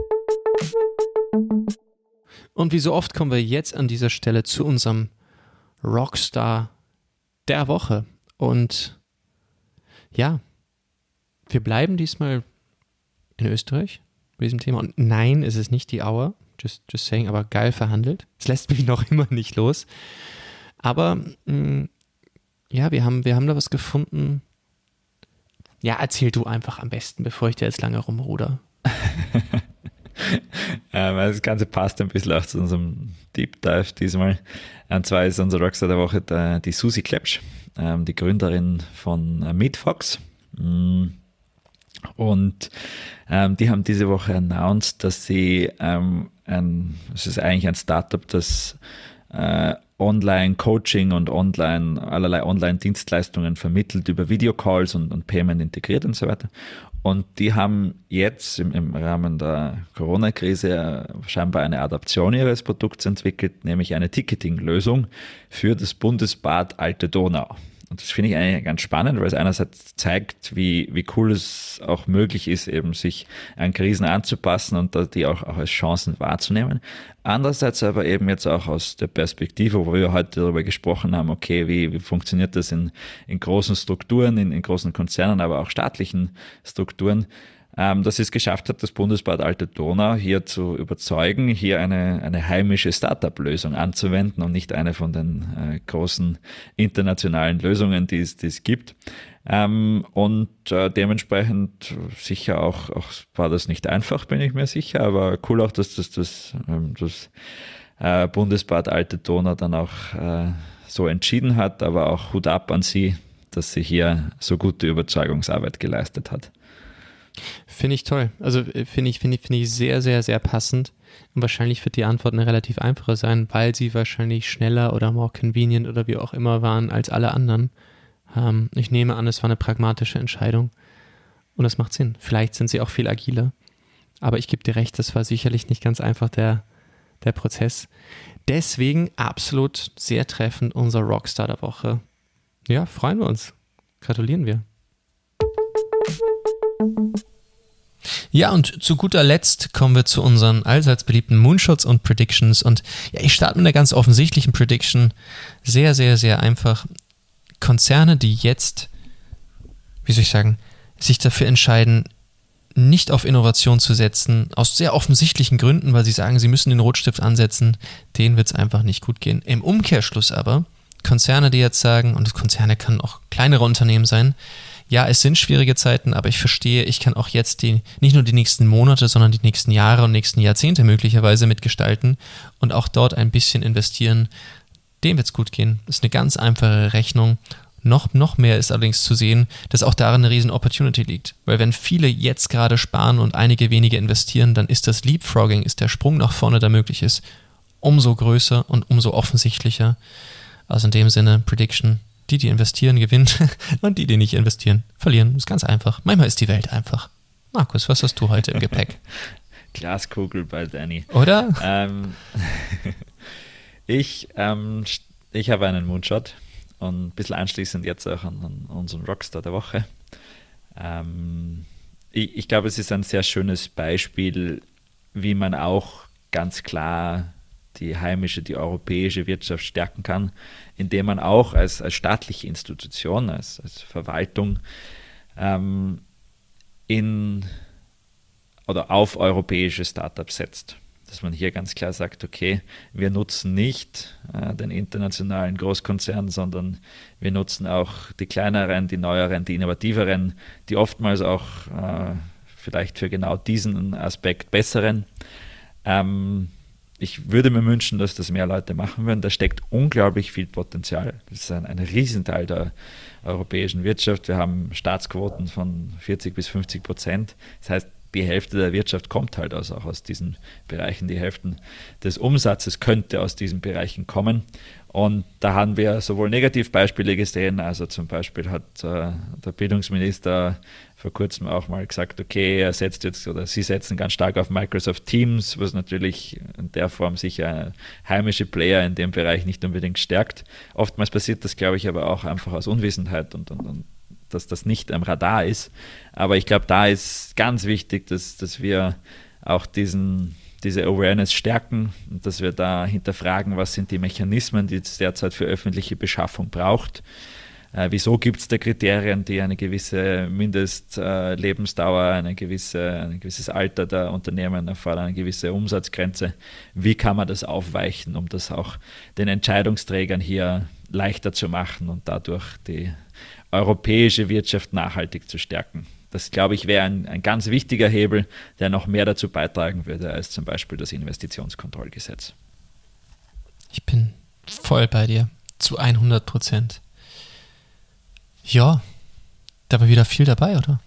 S1: Und wie so oft kommen wir jetzt an dieser Stelle zu unserem Rockstar der Woche. Und ja, wir bleiben diesmal in Österreich bei diesem Thema. Und nein, es ist nicht die Auer, just, just saying, aber geil verhandelt. Es lässt mich noch immer nicht los. Aber mh, ja, wir haben, wir haben da was gefunden. Ja, erzähl du einfach am besten, bevor ich dir jetzt lange rumruder.
S2: Das Ganze passt ein bisschen auch zu unserem Deep Dive diesmal. Und zwar ist unser Rockstar der Woche der, die Susi Klepsch, die Gründerin von MeetFox. Und ähm, die haben diese Woche announced, dass sie, ähm, ein, es ist eigentlich ein Startup, das äh, Online-Coaching und Online, allerlei Online-Dienstleistungen vermittelt über Videocalls und, und Payment integriert und so weiter. Und die haben jetzt im, im Rahmen der Corona-Krise scheinbar eine Adaption ihres Produkts entwickelt, nämlich eine Ticketing-Lösung für das Bundesbad Alte Donau. Und das finde ich eigentlich ganz spannend, weil es einerseits zeigt, wie, wie cool es auch möglich ist, eben sich an Krisen anzupassen und die auch, auch als Chancen wahrzunehmen. Andererseits aber eben jetzt auch aus der Perspektive, wo wir heute darüber gesprochen haben, okay, wie, wie funktioniert das in, in großen Strukturen, in, in großen Konzernen, aber auch staatlichen Strukturen, ähm, dass es geschafft hat, das Bundesbad Alte Donau hier zu überzeugen, hier eine, eine heimische Startup-Lösung anzuwenden und nicht eine von den äh, großen internationalen Lösungen, die es, die es gibt. Ähm, und äh, dementsprechend sicher auch, auch war das nicht einfach, bin ich mir sicher, aber cool auch, dass das, das, ähm, das äh, Bundesbad Alte Donau dann auch äh, so entschieden hat, aber auch Hut ab an sie, dass sie hier so gute Überzeugungsarbeit geleistet hat.
S1: Finde ich toll. Also finde ich, finde ich, finde ich sehr, sehr, sehr passend. Und wahrscheinlich wird die Antwort eine relativ einfache sein, weil sie wahrscheinlich schneller oder more convenient oder wie auch immer waren als alle anderen. Ähm, ich nehme an, es war eine pragmatische Entscheidung. Und das macht Sinn. Vielleicht sind sie auch viel agiler. Aber ich gebe dir recht, das war sicherlich nicht ganz einfach der, der Prozess. Deswegen absolut sehr treffend unser Rockstar der Woche. Ja, freuen wir uns. Gratulieren wir. Ja, und zu guter Letzt kommen wir zu unseren allseits beliebten Moonshots und Predictions. Und ja, ich starte mit einer ganz offensichtlichen Prediction. Sehr, sehr, sehr einfach. Konzerne, die jetzt, wie soll ich sagen, sich dafür entscheiden, nicht auf Innovation zu setzen, aus sehr offensichtlichen Gründen, weil sie sagen, sie müssen den Rotstift ansetzen, denen wird es einfach nicht gut gehen. Im Umkehrschluss aber, Konzerne, die jetzt sagen, und Konzerne können auch kleinere Unternehmen sein, ja, es sind schwierige Zeiten, aber ich verstehe, ich kann auch jetzt die, nicht nur die nächsten Monate, sondern die nächsten Jahre und nächsten Jahrzehnte möglicherweise mitgestalten und auch dort ein bisschen investieren. Dem wird es gut gehen. Das ist eine ganz einfache Rechnung. Noch, noch mehr ist allerdings zu sehen, dass auch darin eine riesen Opportunity liegt. Weil wenn viele jetzt gerade sparen und einige wenige investieren, dann ist das Leapfrogging, ist der Sprung nach vorne, der möglich ist, umso größer und umso offensichtlicher. Also in dem Sinne, Prediction, die, die investieren, gewinnen und die, die nicht investieren, verlieren. Das ist ganz einfach. Manchmal ist die Welt einfach. Markus, was hast du heute im Gepäck?
S2: Glaskugel bei Danny.
S1: Oder?
S2: Ähm, ich ähm, ich habe einen Moonshot. Und ein bisschen anschließend jetzt auch an, an unseren Rockstar der Woche. Ähm, ich, ich glaube, es ist ein sehr schönes Beispiel, wie man auch ganz klar die heimische, die europäische Wirtschaft stärken kann, indem man auch als, als staatliche Institution, als, als Verwaltung ähm, in oder auf europäische Startups setzt. Dass man hier ganz klar sagt, okay, wir nutzen nicht äh, den internationalen Großkonzern, sondern wir nutzen auch die kleineren, die neueren, die innovativeren, die oftmals auch äh, vielleicht für genau diesen Aspekt besseren. Ähm, ich würde mir wünschen, dass das mehr Leute machen würden. Da steckt unglaublich viel Potenzial. Das ist ein, ein Riesenteil der europäischen Wirtschaft. Wir haben Staatsquoten von vierzig bis fünfzig Prozent. Das heißt, die Hälfte der Wirtschaft kommt halt also auch aus diesen Bereichen. Die Hälfte des Umsatzes könnte aus diesen Bereichen kommen. Und da haben wir sowohl Negativbeispiele gesehen, also zum Beispiel hat äh, der Bildungsminister vor kurzem auch mal gesagt, okay, er setzt jetzt oder sie setzen ganz stark auf Microsoft Teams, was natürlich in der Form sicher eine heimische Player in dem Bereich nicht unbedingt stärkt. Oftmals passiert das, glaube ich, aber auch einfach aus Unwissenheit und, und, und dass das nicht am Radar ist. Aber ich glaube, da ist ganz wichtig, dass, dass wir auch diesen, diese Awareness stärken und dass wir da hinterfragen, was sind die Mechanismen, die es derzeit für öffentliche Beschaffung braucht. Äh, wieso gibt es da Kriterien, die eine gewisse Mindestlebensdauer, eine gewisse, ein gewisses Alter der Unternehmen erfordern, eine gewisse Umsatzgrenze? Wie kann man das aufweichen, um das auch den Entscheidungsträgern hier leichter zu machen und dadurch die europäische Wirtschaft nachhaltig zu stärken? Das, glaube ich, wäre ein, ein ganz wichtiger Hebel, der noch mehr dazu beitragen würde als zum Beispiel das Investitionskontrollgesetz.
S1: Ich bin voll bei dir, zu hundert Prozent. Ja, da war wieder viel dabei, oder?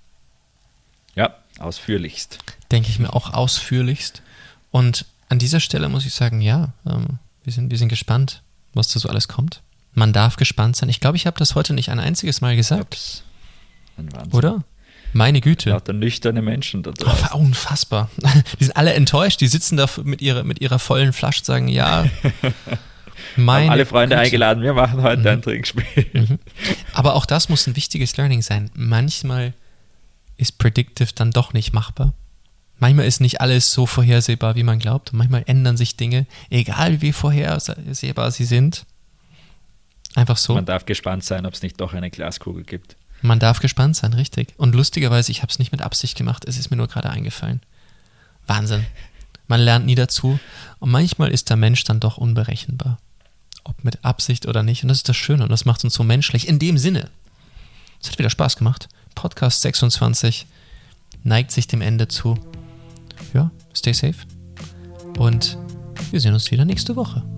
S2: Ja, ausführlichst.
S1: Denke ich mir auch ausführlichst. Und an dieser Stelle muss ich sagen, ja, ähm, wir sind, wir sind gespannt, was da so alles kommt. Man darf gespannt sein. Ich glaube, ich habe das heute nicht ein einziges Mal gesagt.
S2: Ups. Ein Wahnsinn.
S1: Oder? Meine Güte.
S2: Lauter nüchterne Menschen da draußen.
S1: Oh, unfassbar. Die sind alle enttäuscht. Die sitzen da mit ihrer, mit ihrer vollen Flasche und sagen, ja, meine
S2: haben alle Freunde
S1: Güte.
S2: Eingeladen, wir machen heute mhm. ein Trinkspiel.
S1: Mhm. Aber auch das muss ein wichtiges Learning sein. Manchmal ist Predictive dann doch nicht machbar. Manchmal ist nicht alles so vorhersehbar, wie man glaubt. Und manchmal ändern sich Dinge, egal wie vorhersehbar sie sind. Einfach so.
S2: Man darf gespannt sein, ob es nicht doch eine Glaskugel gibt.
S1: Man darf gespannt sein, richtig. Und lustigerweise, ich habe es nicht mit Absicht gemacht, es ist mir nur gerade eingefallen. Wahnsinn. Man lernt nie dazu. Und manchmal ist der Mensch dann doch unberechenbar. Ob mit Absicht oder nicht. Und das ist das Schöne und das macht uns so menschlich. In dem Sinne. Es hat wieder Spaß gemacht. Podcast sechsundzwanzig neigt sich dem Ende zu. Ja, stay safe. Und wir sehen uns wieder nächste Woche.